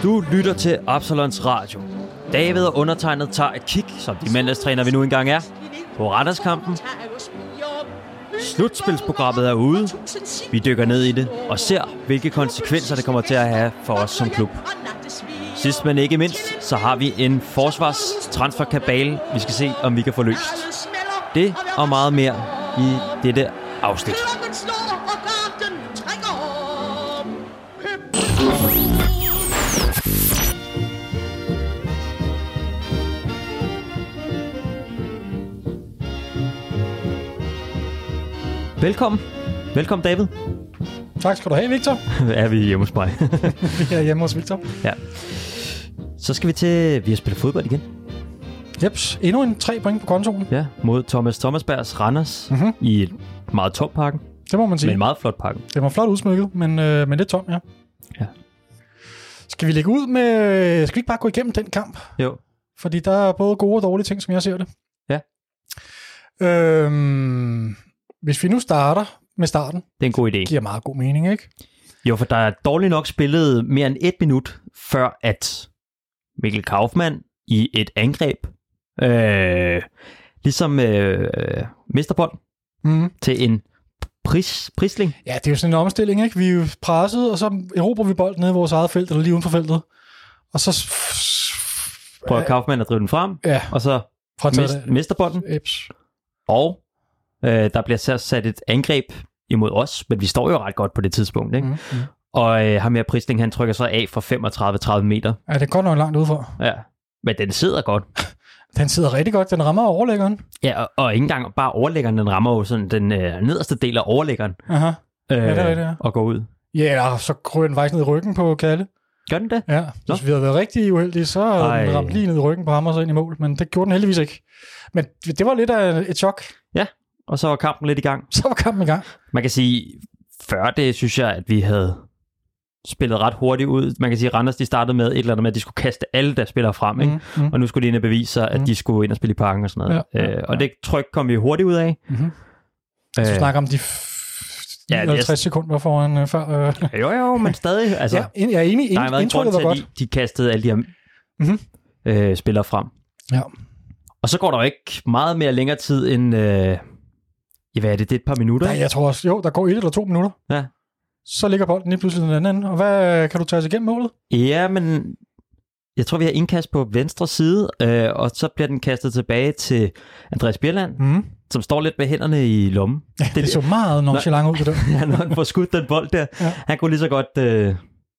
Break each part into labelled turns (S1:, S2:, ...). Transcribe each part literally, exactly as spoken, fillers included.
S1: Du lytter til Absalons Radio. David og undertegnet tager et kig, som de mandagstræner vi nu engang er, på Randerskampen. Slutspilsprogrammet er ude. Vi dykker ned i det og ser, hvilke konsekvenser det kommer til at have for os som klub. Sidst men ikke mindst, så har vi en forsvarstransferkabale, vi skal se, om vi kan få løst. Det og meget mere i dette afsnit. Velkommen. Velkommen, David.
S2: Tak skal du have, Victor.
S1: Er vi hjemme hos mig?
S2: Vi er hjemme hos Victor.
S1: Ja. Så skal vi til... Vi har spillet fodbold igen.
S2: Jeps. Endnu en tre point på kontoen.
S1: Ja, mod Thomas Thomasbergs Randers
S2: mm-hmm.
S1: i et meget tomt pakken.
S2: Det må man sige.
S1: Men en meget flot pakke.
S2: Det var flot udsmykket, men, øh, men det er tomt, ja.
S1: Ja.
S2: Skal vi lægge ud med... Skal vi ikke bare gå igennem den kamp?
S1: Jo.
S2: Fordi der er både gode og dårlige ting, som jeg ser det.
S1: Ja.
S2: Øhm... Hvis vi nu starter med starten,
S1: det er en god idé.
S2: Giver meget god mening, ikke?
S1: Jo, for der er dårligt nok spillet mere end et minut, før at Mikkel Kaufmann i et angreb, øh, ligesom øh, mister bold
S2: mm.
S1: til en pris, prisling.
S2: Ja, det er jo sådan en omstilling, ikke? Vi er jo presset, og så erobrer vi bolden nede i vores eget felt, eller lige uden for feltet. Og så...
S1: Prøver øh, Kaufmann at drive den frem,
S2: ja.
S1: og så mist, mister bolden.
S2: Eps.
S1: Og Øh, der bliver så sat et angreb imod os, men vi står jo ret godt på det tidspunkt, ikke? Mm-hmm. Og øh, ham her Prisling, han trykker så af fra femogtredive til tredive meter.
S2: Ja, det er godt nok langt udfor.
S1: Ja, men den sidder godt.
S2: Den sidder rigtig godt. Den rammer overlæggeren.
S1: Ja, og, og ikke engang bare overlæggeren, den rammer jo sådan den øh, nederste del af overlæggeren.
S2: Aha.
S1: Øh,
S2: ja, det er rigtigt, ja.
S1: Og går ud.
S2: Ja, og så kryger den faktisk ned i ryggen på Kalle.
S1: Gør den det?
S2: Ja, hvis Nå. vi havde været rigtig uheldige, så havde den ramt lige ned i ryggen på ham og så ind i mål, men det gjorde den heldigvis ikke. Men det var lidt af et chok.
S1: Ja. Og så var kampen lidt i gang.
S2: Så var kampen i gang.
S1: Man kan sige, før det synes jeg, at vi havde spillet ret hurtigt ud. Man kan sige, at Randers de startede med et eller andet med, at de skulle kaste alle der spillere frem. Ikke? Mm, mm. Og nu skulle de ind og bevise sig, at mm. de skulle ind og spille i parken og sådan noget. Ja, ja, øh, og det tryk kom vi hurtigt ud af.
S2: Mm-hmm. Øh, så snakker om de f- ja, halvtreds jeg... sekunder foran øh, før. Øh.
S1: Jo, jo, men stadig. Altså,
S2: ja, jeg er enig.
S1: Der har været en grund til, at de, de kastede alle de her mm-hmm. øh, spillere frem.
S2: Ja.
S1: Og så går der jo ikke meget mere længere tid end... Øh, Ja, hvad er det? Det er et par minutter?
S2: Nej, jeg tror også, jo, der går et eller to minutter.
S1: Ja.
S2: Så ligger bolden lige pludselig den anden. Og hvad kan du tage os igennem målet?
S1: Ja, men jeg tror, vi har indkast på venstre side, øh, og så bliver den kastet tilbage til Andreas Bjelland, mm. som står lidt med hænderne i lommen.
S2: Ja, det, det så meget nonchalant ud på det.
S1: Ja, når han får skudt den bold der. Ja. Han kunne lige så godt... Øh...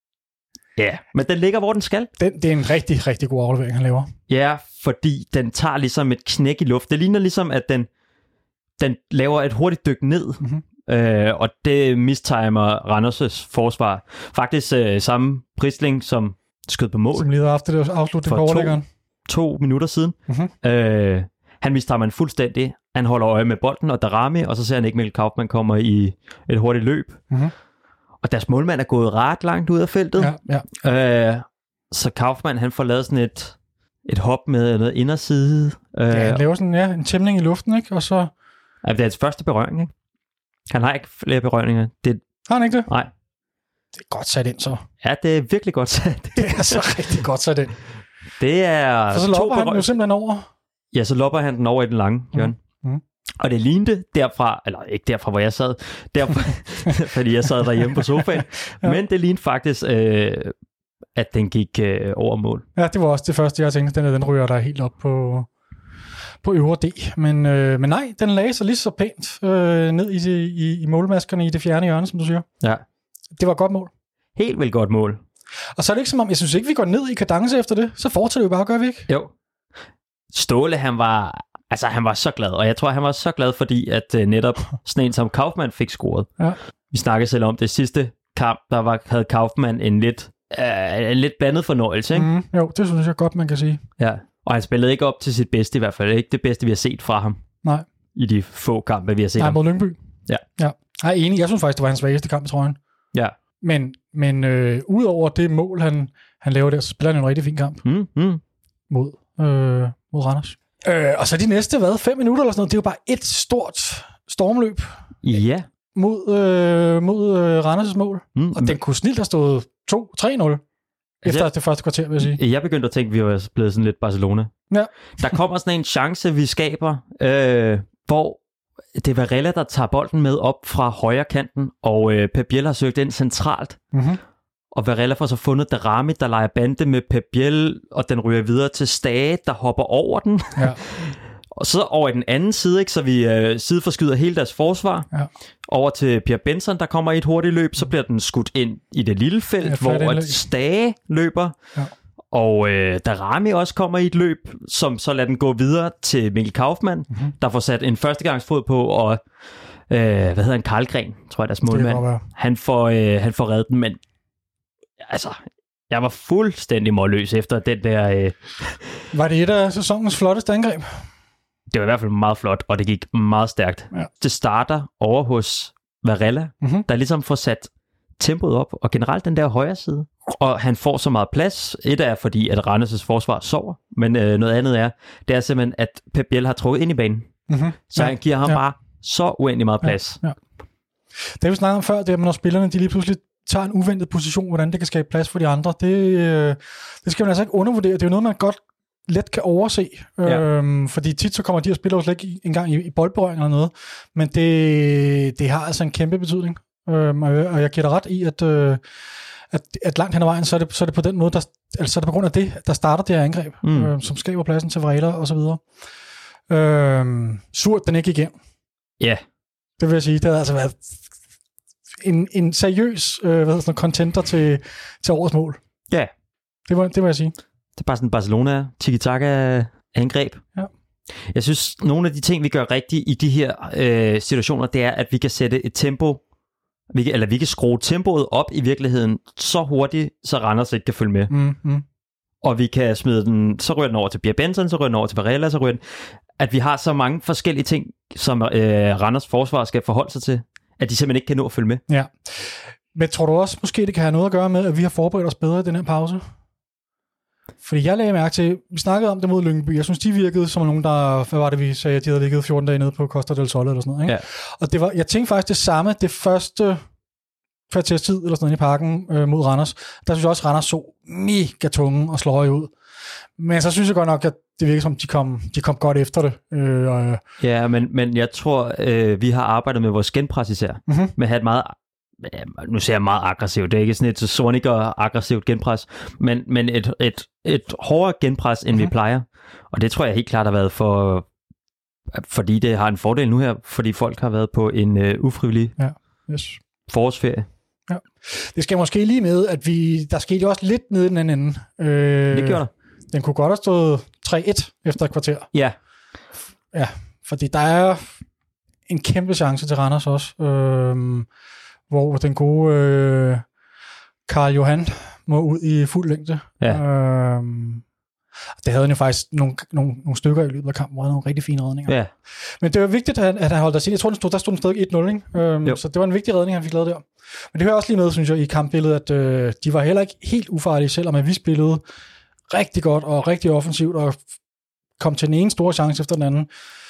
S1: Ja, men den ligger, hvor den skal.
S2: Den, det er en rigtig, rigtig god aflevering, han laver.
S1: Ja, fordi den tager ligesom et knæk i luft. Det ligner ligesom, at den... Den laver et hurtigt dyk ned, mm-hmm. øh, og det mistimer Randers' forsvar. Faktisk øh, samme Prisling, som skød på mål.
S2: Som lige havde haft det afslutning på overlæggeren.
S1: To, to minutter siden. Mm-hmm. Øh, han mistimer fuldstændig. Han holder øje med bolden og Darami, og så ser han ikke, Mikkel Kaufmann kommer i et hurtigt løb. Mm-hmm. Og deres målmand er gået ret langt ud af feltet.
S2: Ja, ja.
S1: Øh, så Kaufmann, han får lavet sådan et, et hop med noget inderside.
S2: Øh, ja, han laver sådan ja, en tæmning i luften, ikke? Og så...
S1: Ja, det er hans første berøring, ikke? Han har ikke flere berøringer. Det...
S2: Har han ikke det?
S1: Nej.
S2: Det er godt sat ind, så.
S1: Ja, det er virkelig godt sat.
S2: Det er så rigtig godt sat ind.
S1: Det er...
S2: For så lopper han jo simpelthen over.
S1: Ja, så lopper han den over i den lange, Jørgen. Mm. Mm. Og det lignede derfra, eller ikke derfra, hvor jeg sad, derfra, fordi jeg sad derhjemme på sofaen, ja. Men det lignede faktisk, øh, at den gik øh, over mål.
S2: Ja, det var også det første, jeg tænkte. Den, den ryger der helt op på... på øvre D, men, øh, men nej, den lagde sig lige så pænt øh, ned i, i, i målmaskerne i det fjerne hjørne, som du siger.
S1: Ja.
S2: Det var et godt mål.
S1: Helt vildt godt mål.
S2: Og så er det ikke som om, jeg synes ikke, vi går ned i kadence efter det, så fortsætter vi bare, gør vi ikke?
S1: Jo. Ståle, han var, altså han var så glad, og jeg tror, han var så glad, fordi at øh, netop sådan en som Kaufmann fik scoret. Ja. Vi snakkede selv om det sidste kamp, der var, havde Kaufmann en lidt, øh, en lidt blandet fornøjelse, ikke?
S2: Mm, jo, det synes jeg godt, man kan sige.
S1: Ja. Og han spillede ikke op til sit bedste i hvert fald. Ikke det bedste, vi har set fra ham.
S2: Nej.
S1: I de få kampe, vi har set
S2: Nej,
S1: ham.
S2: mod Lyngby.
S1: Ja.
S2: Ja. Jeg er enig. Jeg synes faktisk, det var hans svageste kamp i trøjen.
S1: Ja.
S2: Men, men øh, udover det mål, han, han laver der, så spiller han en rigtig fin kamp.
S1: Mm, mm. Mod,
S2: øh, mod Randers. Øh, og så de næste, hvad? Fem minutter eller sådan noget. Det er jo bare et stort stormløb.
S1: Ja.
S2: Mod, øh, mod øh, Randers' mål. Mm, og den kunne snilt have stået to tre nul. Efter det første kvarter, vil jeg sige.
S1: Jeg begyndte at tænke, at vi var blevet sådan lidt Barcelona.
S2: Ja.
S1: Der kommer sådan en chance, vi skaber, øh, hvor det er Varela, der tager bolden med op fra højre kanten, og øh, Pep Biel har søgt ind centralt.
S2: Mm-hmm.
S1: Og Varela får så fundet Darami, der leger bande med Pep Biel, og den ryger videre til Stage, der hopper over den.
S2: Ja.
S1: Og så over i den anden side, ikke, så vi øh, sideforskyder hele deres forsvar.
S2: Ja.
S1: Over til Pierre Benson, der kommer i et hurtigt løb, så bliver den skudt ind i det lille felt, ja, hvor et Stage løber. Ja. Og øh, Darami også kommer i et løb, som så lader den gå videre til Mikkel Kaufmann, mm-hmm. der får sat en førstegangsfod på, og øh, hvad hedder han, Karlgren, tror jeg, deres målmand. Han får, øh, han får reddet den, men altså, jeg var fuldstændig målløs efter den der... Øh...
S2: Var det et af sæsonens flotteste angreb?
S1: Det var i hvert fald meget flot, og det gik meget stærkt. Ja. Det starter over hos Varela, mm-hmm. der ligesom får sat tempoet op, og generelt den der højre side. Og han får så meget plads. Et er fordi, at Randers' forsvar sover, men øh, noget andet er, det er simpelthen, at Pep Biel har trukket ind i banen. Mm-hmm. Så ja. han giver ham ja. bare så uendelig meget plads. Ja. Ja.
S2: Det vi snakkede om før, det er, når spillerne de lige pludselig tager en uventet position, hvordan det kan skabe plads for de andre. Det, øh, det skal man altså ikke undervurdere. Det er jo noget, man godt let kan overse. Ja. Øhm, fordi tit så kommer de og spiller også ikke engang i, i boldberøring eller noget. Men det, det har altså en kæmpe betydning. Øhm, og, og jeg giver dig ret i, at, øh, at, at langt hen ad vejen, så er, det, så er det på den måde, der, altså så er det på grund af det, der starter det her angreb, mm. øh, som skaber pladsen til Varela og så videre. Øhm, surt, den ikke gik hjem.
S1: Ja. Yeah.
S2: Det vil jeg sige, det har altså været en, en seriøs øh, hvad hedder sådan, contenter til, til årets mål.
S1: Ja. Yeah.
S2: Det, var, det vil jeg sige.
S1: Det er bare sådan en Barcelona tiki-taka-angreb.
S2: Ja.
S1: Jeg synes, nogle af de ting, vi gør rigtigt i de her øh, situationer, det er, at vi kan sætte et tempo, vi kan, eller vi kan skrue tempoet op i virkeligheden så hurtigt, så Randers ikke kan følge med.
S2: Mm, mm.
S1: Og vi kan smide den, så ryger den over til Pierre Benson, så ryger den over til Varela, så ryger den. At vi har så mange forskellige ting, som øh, Randers forsvar skal forholde sig til, at de simpelthen ikke kan nå at følge med.
S2: Ja. Men tror du også, måske det kan have noget at gøre med, at vi har forberedt os bedre i den her pause? Fordi jeg lagde mærke til, vi snakkede om det mod Lyngby, jeg synes, de virkede som nogen, der, hvad var det, vi sagde, at de havde ligget fjorten dage nede på Costa del Sol eller sådan noget, ikke?
S1: Ja.
S2: Og det var, jeg tænkte faktisk det samme, det første kvarters tid eller sådan noget i parken øh, mod Randers, der synes jeg også, at Randers så mega tunge og sløje ud. Men så synes jeg godt nok, at det virker som, de kom, de kom godt efter det. Øh, og,
S1: ja, men, men jeg tror, øh, vi har arbejdet med vores genpres især, mm-hmm. med at have et meget, nu ser jeg meget aggressivt, det er ikke sådan et Sonic og aggressivt genpres, men, men et, et, et hårdere genpres, end mm-hmm. vi plejer. Og det tror jeg helt klart har været for, fordi det har en fordel nu her, fordi folk har været på en uh, ufrivillig
S2: ja. Yes.
S1: forårsferie.
S2: Ja. Det skal måske lige med, at vi, der skete jo også lidt nede i den anden ende. Øh,
S1: det gjorde der.
S2: Den kunne godt have stået tre et efter et kvarter.
S1: Ja.
S2: Ja, fordi der er en kæmpe chance til Randers også, øh, hvor den gode øh, Karl Johan må ud i fuld længde.
S1: Ja.
S2: Øh, det havde han jo faktisk nogle, nogle, nogle stykker i løbet af kampen, hvor han havde nogle rigtig fine redninger.
S1: Ja.
S2: Men det var vigtigt, at, at han holdt sig. Jeg tror, den stod, der stod den stadig et nul, ikke? Øhm, så det var en vigtig redning, han fik lavet der. Men det hører også lige med, synes jeg, i kampbilledet, at øh, de var heller ikke helt ufarlige, selvom at vi spillede rigtig godt og rigtig offensivt og kom til den ene store chance efter den anden.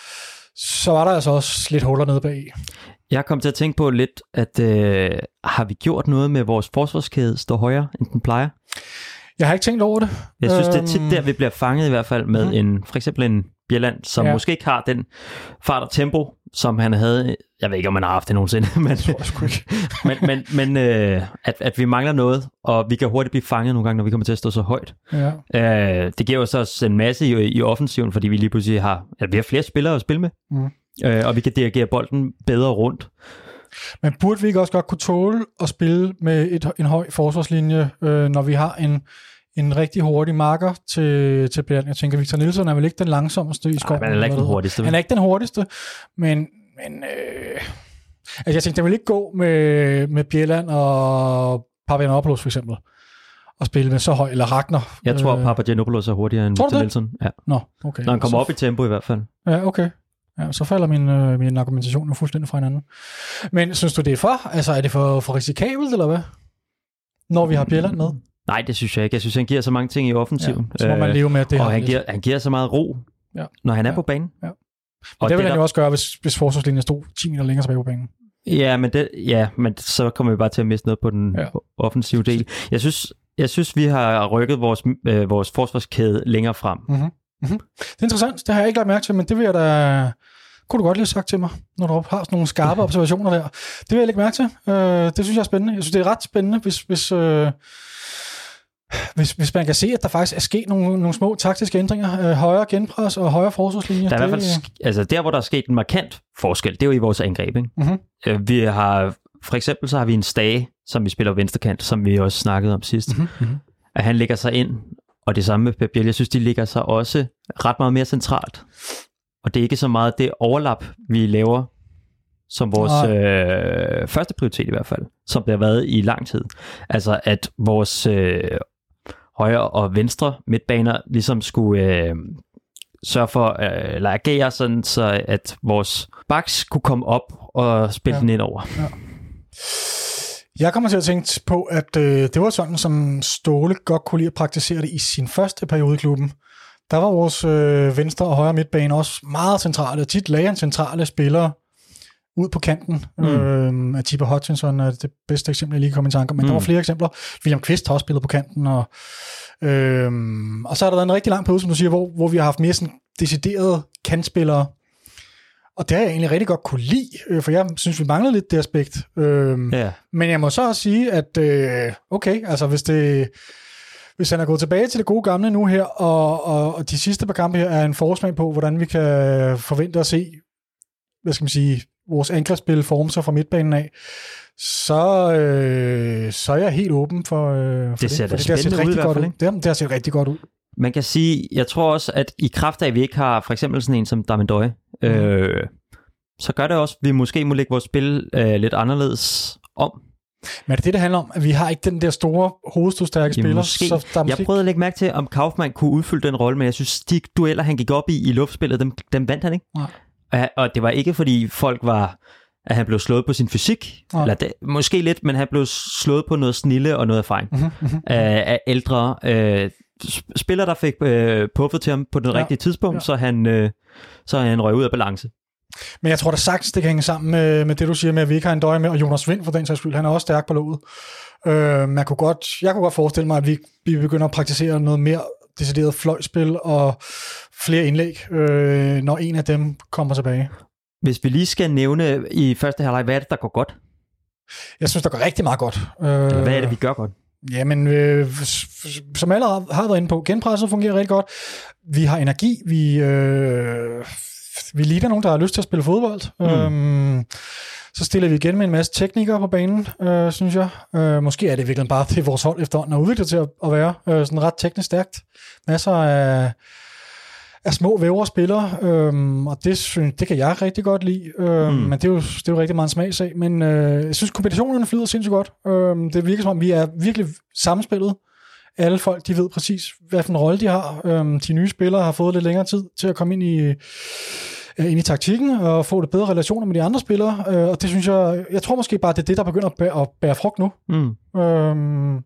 S2: Så var der altså også lidt huller nede bag.
S1: Jeg kom til at tænke på lidt, at øh, har vi gjort noget med vores forsvarskæde stå højere, end den plejer?
S2: Jeg har ikke tænkt over det.
S1: Jeg synes, det er tit der, vi bliver fanget i hvert fald med mm. en, for eksempel en Bjelland, som ja. måske ikke har den fart og tempo, som han havde. Jeg ved ikke, om han har haft det nogensinde, men, men, men, men øh, at, at vi mangler noget, og vi kan hurtigt blive fanget nogle gange, når vi kommer til at stå så højt. Ja. Øh, det giver jo så også en masse i, i offensiven, fordi vi lige pludselig har, at vi har flere spillere at spille med, mm. øh, og vi kan dirigere bolden bedre rundt.
S2: Men burde vi ikke også godt kunne tåle at spille med et, en høj forsvarslinje, øh, når vi har en, en rigtig hurtig marker til, til Bjelland? Jeg tænker, Victor Nielsen er vel ikke den langsomste i skoven.
S1: Nej, han er ikke den hurtigste.
S2: Han er ikke den hurtigste, men, men øh, altså jeg tænkte, det vil ikke gå med, med Bjelland og Papagiannopoulos for eksempel, og spille med så høj, eller Ragnar.
S1: Jeg tror, øh, Papagiannopoulos er hurtigere end Victor Nielsen. Ja.
S2: Nå, okay.
S1: Når han kommer
S2: så,
S1: op i tempo i hvert fald.
S2: Ja, okay. Ja, så falder min, øh, min argumentation jo fuldstændig fra hinanden. Men synes du, det er for? Altså, er det for, for risikabelt, eller hvad? Når vi har Bjelland med?
S1: Nej, det synes jeg ikke. Jeg synes, han giver så mange ting i offensiven.
S2: Ja, så må man leve med det.
S1: Og han giver, han giver så meget ro, ja. når han er
S2: ja.
S1: på banen.
S2: Ja. Og det vil det, han jo der... også gøre, hvis, hvis forsvarslinjen stod ti meter længere tilbage på banen.
S1: Ja, men, det, ja, men så kommer vi bare til at miste noget på den ja. offensive del. Jeg synes, Jeg synes, vi har rykket vores, øh, vores forsvarskæde længere frem.
S2: Mm-hmm. Mm-hmm. Det er interessant, det har jeg ikke lagt mærke til, men det vil jeg da... Kunne du godt lige have sagt til mig, når du har sådan nogle skarpe observationer der. Det vil jeg lægge mærke til. Øh, det synes jeg er spændende. Jeg synes, det er ret spændende, hvis, hvis, øh, hvis, hvis man kan se, at der faktisk er sket nogle, nogle små taktiske ændringer. Øh, højere genpres og højere forsvarslinje.
S1: Der er det, i hvert fald, altså der, hvor der er sket en markant forskel, det er jo i vores angreb. Ikke?
S2: Mm-hmm.
S1: Øh, vi har, for eksempel så har vi en Stage, som vi spiller venstrekant, som vi også snakkede om sidst.
S2: Mm-hmm.
S1: At han lægger sig ind, og det samme med Pep Biel. Jeg synes, de ligger sig også ret meget mere centralt. Og det er ikke så meget det overlap, vi laver, som vores øh, første prioritet i hvert fald, som det har været i lang tid. Altså at vores øh, højre og venstre midtbaner ligesom skulle øh, sørge for, øh, eller agere sådan, så at vores backs kunne komme op og spille ja. den ind over.
S2: Ja. Jeg kommer til at tænke på, at øh, det var sådan, som Ståle godt kunne lide at praktisere det i sin første periode i klubben. Der var vores øh, venstre og højre midtbane også meget centrale. Tit lagde han centrale spillere ud på kanten. Mm. Øh, Atiba Hutchinson er det bedste eksempel, jeg lige kom i tanke om. Men mm. der var flere eksempler. William Kvist har også spillet på kanten. Og, øh, og så har der været en rigtig lang periode, som du siger, hvor, hvor vi har haft mere sådan deciderede kantspillere. Og det har jeg egentlig rigtig godt kunne lide, øh, for jeg synes, vi manglede lidt det aspekt. Øh,
S1: yeah.
S2: Men jeg må så også sige, at øh, okay, altså hvis det... Hvis han er gået tilbage til det gode gamle nu her, og, og, og de sidste par kampe her er en forsmag på, hvordan vi kan forvente at se, hvad skal man sige, vores angrebsspil forme sig fra midtbanen af, så, øh, så er jeg helt åben for, øh, for
S1: det. Ser
S2: det, for
S1: det,
S2: det har set rigtig godt ud. Det,
S1: det
S2: har set rigtig godt ud.
S1: Man kan sige, jeg tror også, at i kraft af, at vi ikke har for eksempel sådan en som Damendøje, mm. øh, så gør det også, at vi måske må lægge vores spil øh, lidt anderledes om.
S2: Men er det det, det handler om? At vi har ikke den der store, hovedstødstærke spiller?
S1: Måske. Så der måske... Jeg prøvede at lægge mærke til, om Kaufmann kunne udfylde den rolle, men jeg synes, de dueller, han gik op i i luftspillet, dem, dem vandt han ikke. Nej. Og det var ikke, fordi folk var, at han blev slået på sin fysik. Nej. Eller det, måske lidt, men han blev slået på noget snille og noget erfaring. Mm-hmm. Af, af ældre øh, spillere, der fik øh, puffet til ham på det ja. rigtige tidspunkt, ja. så, han, øh, så han røg ud af balance.
S2: Men jeg tror da sagtens, det kan hænge sammen med, med det, du siger med, at vi ikke har en døje med, og Jonas Vind for den sags skyld, han er også stærk på låget. Øh, man kunne godt, jeg kunne godt forestille mig, at vi, vi begynder at praktisere noget mere decideret fløjspil og flere indlæg, øh, når en af dem kommer tilbage.
S1: Hvis vi lige skal nævne i første halvleg, hvad er det, der går godt?
S2: Jeg synes, der går rigtig meget godt. Øh,
S1: hvad er det, vi gør godt?
S2: Jamen, øh, som alle har været inde på, genpresset fungerer rigtig godt. Vi har energi, vi... Øh, Vi ligner nogen, der har lyst til at spille fodbold. Mm. Øhm, så stiller vi igen med en masse teknikere på banen, øh, synes jeg. Øh, måske er det virkelig bare det, vores hold efterhånden er udviklet til at, at være øh, sådan ret teknisk stærkt. Masser af, af små vævre spillere, øh, og det, synes, det kan jeg rigtig godt lide. Øh, mm. Men det er, jo, det er jo rigtig meget en smagsag. Men øh, jeg synes, kombinationerne flyder sindssygt godt. Øh, det virker som om, vi er virkelig sammenspillet. Alle folk, de ved præcis, hvad for en rolle de har. Øhm, de nye spillere har fået lidt længere tid til at komme ind i, øh, ind i taktikken og få lidt bedre relationer med de andre spillere. Øh, og det synes jeg, jeg tror måske bare, det er det, der begynder at bære, at bære frugt nu. Mm. Øhm,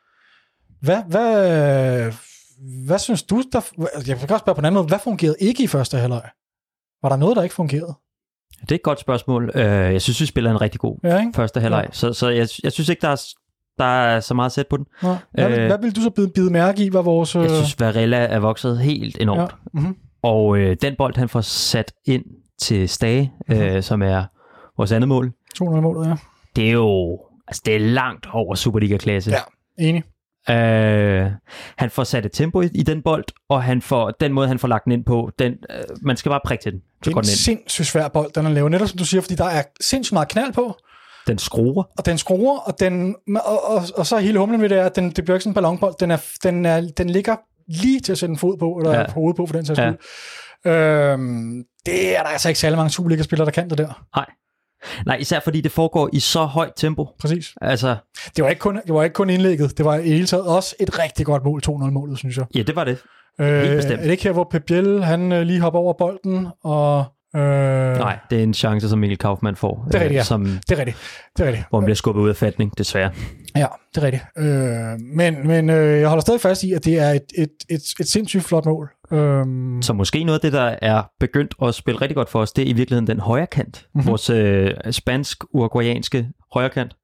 S2: hvad, hvad, hvad synes du, der, jeg kan også spørge på en anden måde, hvad fungerede ikke i første halvleg? Var der noget, der ikke fungerede?
S1: Det er et godt spørgsmål. Jeg synes, vi spiller en rigtig god ja, første halvleg. Ja. Så, så jeg, jeg synes ikke, der er Der er så meget sæt på den.
S2: Nå, hvad, øh, hvad vil du så bide, bide mærke i, var vores... Øh...
S1: Jeg synes, Varela er vokset helt enormt. Ja. Mm-hmm. Og øh, den bold, han får sat ind til Stage, mm-hmm. øh, som er vores andet mål.
S2: to nul målet, ja.
S1: Det er jo... Altså, det er langt over Superliga-klasse.
S2: Ja, enig.
S1: Øh, han får sat et tempo i, i den bold, og han får, den måde, han får lagt den ind på, den, øh, man skal bare prikke til den.
S2: Det er en sindssygt svær bold, den er lavet. Netop som du siger, fordi der er sindssygt meget knald på.
S1: Den skruer.
S2: Og den skruer, og, den, og, og, og så hele humlen ved det er, at den, det bliver ikke sådan en ballonbold. Den, er, den, er, den ligger lige til at sætte en fod på, eller ja. hovedet på, for den sags skyld. Ja. Øhm, det er der altså ikke særlig mange Superliga-spillere, der kan det der.
S1: Nej. Nej, især fordi det foregår i så højt tempo.
S2: Præcis.
S1: Altså,
S2: det, var ikke kun, det var ikke kun indlægget, det var i hele taget også et rigtig godt mål, to nul målet, synes jeg.
S1: Ja, det var det.
S2: Øh, er det ikke her, hvor Pep Biel, han øh, lige hopper over bolden, og... Øh...
S1: Nej, det er en chance, som Mikkel Kaufmann får.
S2: Det er rigtigt, ja.
S1: Som,
S2: det er rigtigt. Det er rigtigt.
S1: Hvor han bliver skubbet ud af fatning, desværre.
S2: Ja, det er rigtigt. Øh, men men øh, jeg holder stadig fast i, at det er et, et, et, et sindssygt flot mål. Øh...
S1: Så måske noget af det, der er begyndt at spille rigtig godt for os, det er i virkeligheden den højre kant. Mm-hmm. Vores øh, spansk-uruguayanske højre kant.
S2: Ja.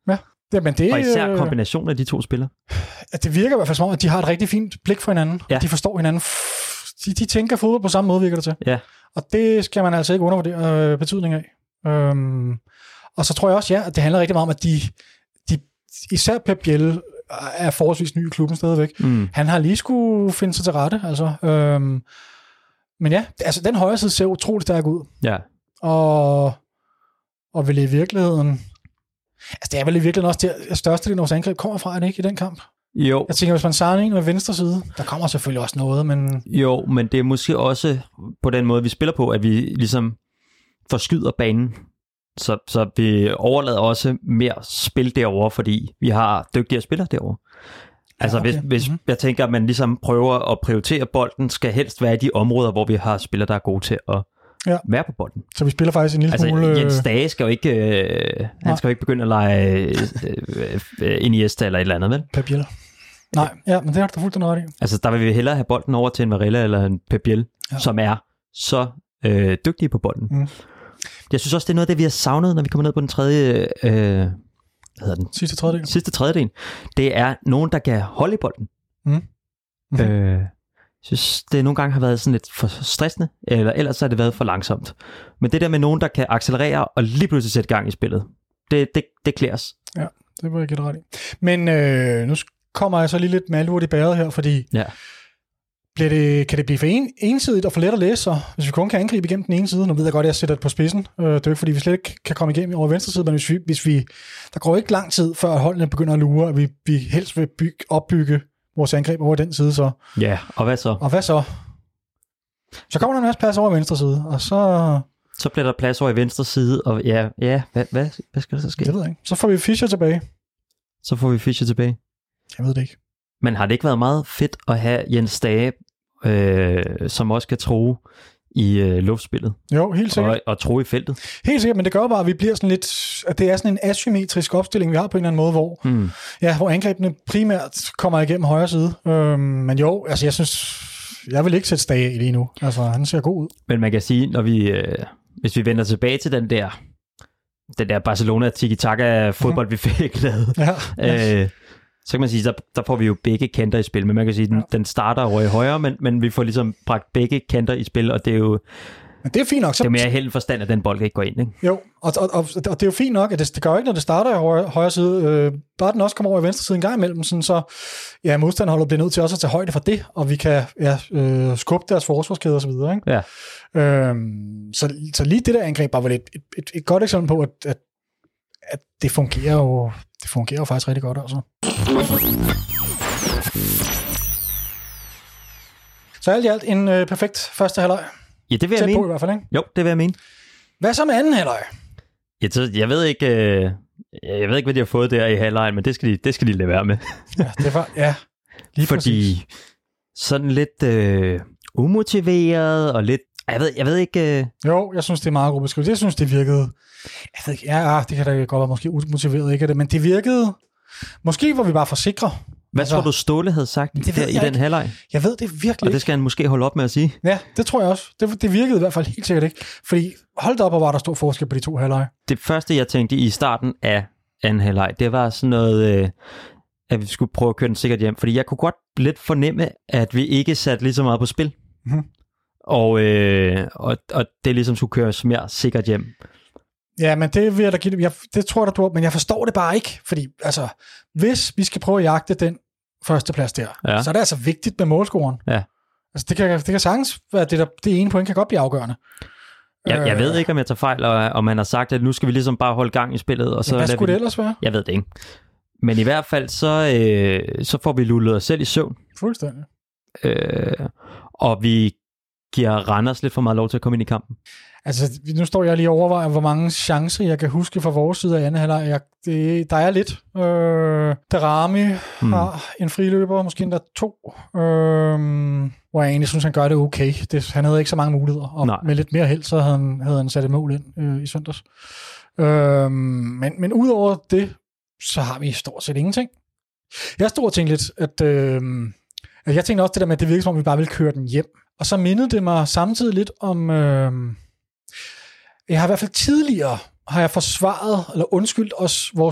S2: Jamen, det,
S1: og især kombinationen af de to spillere.
S2: At det virker i hvert fald som om, at de har et rigtig fint blik for hinanden. Ja. De forstår hinanden. De, de tænker fodbold på samme måde, virker det til.
S1: Ja.
S2: Og det skal man altså ikke undervurdere øh, betydning af. Øhm, og så tror jeg også, ja, at det handler rigtig meget om, at de, de især Pep Biel er forholdsvis ny i klubben stadigvæk. Mm. Han har lige skulle finde sig til rette. Altså, øhm, men ja, altså den højre side ser utroligt stærk ud.
S1: Ja.
S2: Og, og vel i virkeligheden... Altså det er vel i virkeligheden også det største, det vores angreb kommer fra, er det ikke, i den kamp?
S1: Jo.
S2: Jeg tænker, hvis man sammenligner med venstre side, der kommer selvfølgelig også noget, men...
S1: Jo, men det er måske også på den måde, vi spiller på, at vi ligesom forskyder banen. Så, så vi overlader også mere spil derovre, fordi vi har dygtigere spillere derovre. Altså ja, okay. hvis, hvis mm-hmm. jeg tænker, at man ligesom prøver at prioritere bolden, skal helst være i de områder, hvor vi har spillere, der er gode til at ja. være på bolden.
S2: Så vi spiller faktisk en lille
S1: altså,
S2: smule...
S1: Jens Dage skal jo ikke, øh, han skal jo ikke begynde at lege øh, øh, Iniesta eller et eller andet, vel?
S2: Pep Biel. Nej, ja, men det har du fuldstændig ret i.
S1: Altså, der vil vi hellere have bolden over til en Varela eller en Pep Biel, ja. som er så øh, dygtige på bolden. Mm. Jeg synes også, det er noget af det, vi har savnet, når vi kommer ned på den tredje... Øh, hvad hedder den?
S2: Sidste tredjedel.
S1: Sidste tredjedel. Det er nogen, der kan holde i bolden. Mm. Mm-hmm. Øh, jeg synes, det nogle gange har været sådan lidt for stressende, eller ellers har det været for langsomt. Men det der med nogen, der kan accelerere og lige pludselig sætte gang i spillet, det, det, det klæres.
S2: Ja, det var jeg gætte ret i. Men øh, nu kommer jeg så lige lidt malurt i bæret her, fordi ja. bliver det, kan det blive for en, ensidigt og for let at læse, så hvis vi kun kan angribe igennem den ene side, nu ved jeg godt, at jeg sætter det på spidsen, øh, det er jo ikke, fordi vi slet ikke kan komme igennem over venstre side, men hvis vi, hvis vi der går ikke lang tid, før holdene begynder at lure, at vi, vi helst vil bygge, opbygge vores angreb over den side, så.
S1: Ja, og hvad så?
S2: Og hvad så? Så kommer der en masse plads over venstre side, og så...
S1: Så bliver der plads over i venstre side, og ja, ja hvad, hvad, hvad skal der så ske?
S2: Jeg ved ikke. Så får vi Fischer tilbage.
S1: Så får vi Fischer tilbage.
S2: Jeg ved det ikke.
S1: Men har det ikke været meget fedt at have Jens Dage, øh, som også kan tro i øh, luftspillet?
S2: Jo, helt sikkert.
S1: Og, og tro i feltet?
S2: Helt sikkert, men det gør bare, at vi bliver sådan lidt, at det er sådan en asymmetrisk opstilling, vi har på en eller anden måde, hvor, hmm. ja, hvor angrebene primært kommer igennem højre side. Øhm, men jo, altså jeg synes, jeg vil ikke sætte Stage lige nu. Altså han ser god ud. Men
S1: man kan sige, når vi, øh, hvis vi vender tilbage til den der, den der Barcelona tiki-taka fodbold, mm-hmm. vi fik lavet, ja. øh, så kan man sige, der, der får vi jo begge kanter i spil, men man kan sige, den, den starter over i højre, men, men vi får ligesom bragt begge kanter i spil, og det er jo
S2: men det er fint nok. Så...
S1: det er mere held forstand, at den bold ikke går ind, ikke?
S2: Jo, og, og, og, og det er jo fint nok, at det, det gør jo ikke, når det starter i højre, højre side, øh, bare den også kommer over i venstre side en gang imellem, sådan, så ja, modstanderholdet bliver nødt til også at tage højde for det, og vi kan ja, øh, skubbe deres forsvarskæde og så videre, ikke?
S1: Ja.
S2: Øhm, så, så lige det der angreb var vel et, et, et, et godt eksempel på, at, at, at det fungerer jo det fungerer jo faktisk rigtig godt, altså. Så alt i alt en øh, perfekt første halvleg.
S1: Ja, det vil jeg mene.
S2: På i hvert fald, ikke?
S1: Jo, det vil jeg mene.
S2: Hvad så med anden halvleg?
S1: Jeg, jeg ved ikke, øh, jeg ved ikke, hvad de har fået der i halvlejen, men det skal de, det skal de lade være med.
S2: Ja, det var, ja. Lige
S1: fordi præcis. Sådan lidt øh, umotiveret og lidt, jeg ved, jeg ved ikke. Øh...
S2: Jo, jeg synes det er meget godt beskrevet. Jeg synes det virkede. Jeg ved ikke, ja, det kan da godt være måske umotiveret, ikke det, men det virkede. Måske var vi bare for sikre.
S1: Hvad altså, tror du, Ståle havde sagt det der, i den halvleg?
S2: Jeg ved det virkelig
S1: Og det skal han måske holde op med at sige.
S2: Ja, det tror jeg også. Det, det virkede i hvert fald helt sikkert ikke. Fordi hold da op, og var der stor forskel på de to halvleg.
S1: Det første, jeg tænkte i starten af anden halvleg, det var sådan noget, øh, at vi skulle prøve at køre den sikkert hjem. Fordi jeg kunne godt lidt fornemme, at vi ikke satte lige så meget på spil. Mm-hmm. Og, øh, og, og det ligesom skulle køres mere sikkert hjem.
S2: Ja, men det vil jeg da give jeg, det tror jeg, du har, men jeg forstår det bare ikke, fordi altså, hvis vi skal prøve at jagte den første plads der, ja. Så er det altså vigtigt med målscoren. Ja. Altså, det kan, det kan sagtens være, det, der, det ene point kan godt blive afgørende.
S1: Jeg, jeg ved ikke, om jeg tager fejl, og om man har sagt, at nu skal vi ligesom bare holde gang i spillet. Og så
S2: ja, hvad skulle
S1: vi...
S2: det ellers være?
S1: Jeg ved det ikke. Men i hvert fald, så, øh, så får vi lullet os selv i søvn.
S2: Fuldstændig.
S1: Øh, og vi giver Randers lidt for meget lov til at komme ind i kampen.
S2: Altså, nu står jeg lige og overvejer, hvor mange chancer jeg kan huske fra vores side af anden halvleg. Jeg, det, der er lidt. Øh, Darami hmm. har en friløber, måske endda to, øh, hvor jeg egentlig synes, han gør det okay. Det, han havde ikke så mange muligheder, og Nej. med lidt mere held, så havde han, havde han sat et mål ind øh, i søndags. Øh, men, men udover det, så har vi stort set ingenting. Jeg stod og tænkte lidt, at, øh, at jeg tænkte også det der med, at det virker som om, vi bare ville køre den hjem. Og så mindede det mig samtidig lidt om... Øh, Jeg har i hvert fald tidligere har jeg forsvaret eller undskyldt os vores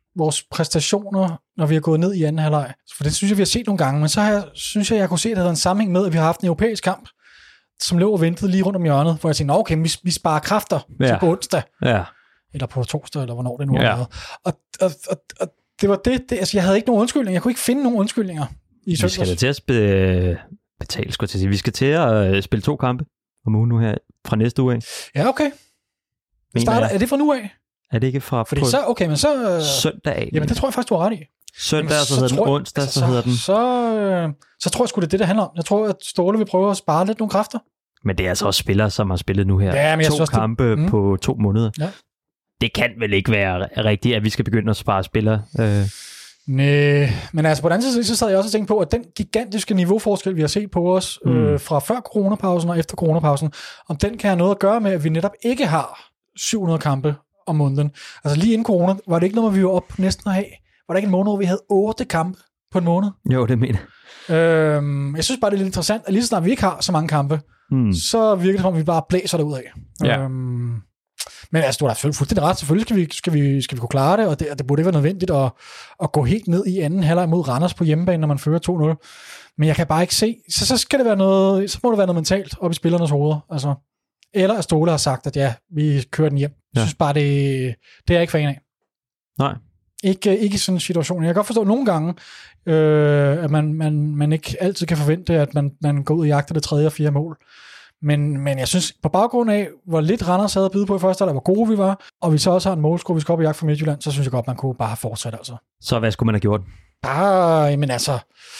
S2: vores præstationer, når vi har gået ned i anden halvleg. For det synes jeg, vi har set nogle gange, men så har jeg, synes jeg, jeg kunne se, at der havde en sammenhæng med, at vi har haft en europæisk kamp, som lå og ventede lige rundt om hjørnet, hvor jeg tænkte, okay, vi, vi sparer kræfter ja. til på onsdag.
S1: Ja.
S2: Eller på torsdag, eller hvornår det nu
S1: ja.
S2: har været. Og, og, og, og det var det, det, altså jeg havde ikke nogen undskyldninger. Jeg kunne ikke finde nogen undskyldninger i søndags.
S1: Vi skal da til at spe- betale, skulle jeg til at sige. Vi skal til at spille to kampe om ugen nu her, fra næste uge af.
S2: Ja, okay. Starter, er det fra nu af?
S1: Er det ikke fra...
S2: Fordi så, okay, men så...
S1: Søndag af.
S2: Jamen, det tror jeg faktisk, du har ret i.
S1: Søndag, jamen, så, så hedder den onsdag, altså, så, så hedder den...
S2: Så, øh, så tror jeg sgu, det er det, det handler om. Jeg tror, at Ståle vil prøve at spare lidt nogle kræfter.
S1: Men det er altså også spillere, som har spillet nu her.
S2: Ja, men jeg
S1: to
S2: synes,
S1: kampe det... mm. på to måneder.
S2: Ja.
S1: Det kan vel ikke være rigtigt, at vi skal begynde at spare spillere? Øh.
S2: Nej, men altså på den anden side, så sad jeg også og tænkte på, at den gigantiske niveauforskel, vi har set på os mm. øh, fra før coronapausen og efter coronapausen, om den kan have noget at gøre med, at vi netop ikke har syv hundrede kampe om måneden. Altså lige inden corona, var det ikke noget, vi var op næsten at have? Var der ikke en måned, hvor vi havde otte kampe på en måned?
S1: Jo, det mener
S2: jeg. Øhm, jeg synes bare, det er lidt interessant, at lige så snart vi ikke har så mange kampe, mm. så virker det som om, vi bare blæser derud af.
S1: Ja.
S2: Øhm, men altså, du har da fuldstændig ret. Selvfølgelig skal vi, skal vi, skal vi kunne klare det, og det, det burde ikke være nødvendigt at, at gå helt ned i anden halvleg mod Randers på hjemmebane, når man fører to nul. Men jeg kan bare ikke se, så, så skal det være noget, så må det være noget mentalt op i spillernes hoveder. Altså, eller at Ståle har sagt, at ja, vi kører den hjem. Jeg synes bare, det, det er jeg ikke fan af.
S1: Nej.
S2: Ikke, ikke i sådan en situation. Jeg kan godt forstå nogle gange, øh, at man, man, man ikke altid kan forvente, at man, man går ud og jagter det tredje og fjerde mål. Men, men jeg synes, på baggrund af, hvor lidt Randers havde at byde på i første halvleg, hvor gode vi var, og vi så også har en målscore, vi skal op i jagt for Midtjylland, så synes jeg godt, man kunne bare have fortsat. Altså.
S1: Så hvad skulle man have gjort?
S2: Bare, men altså...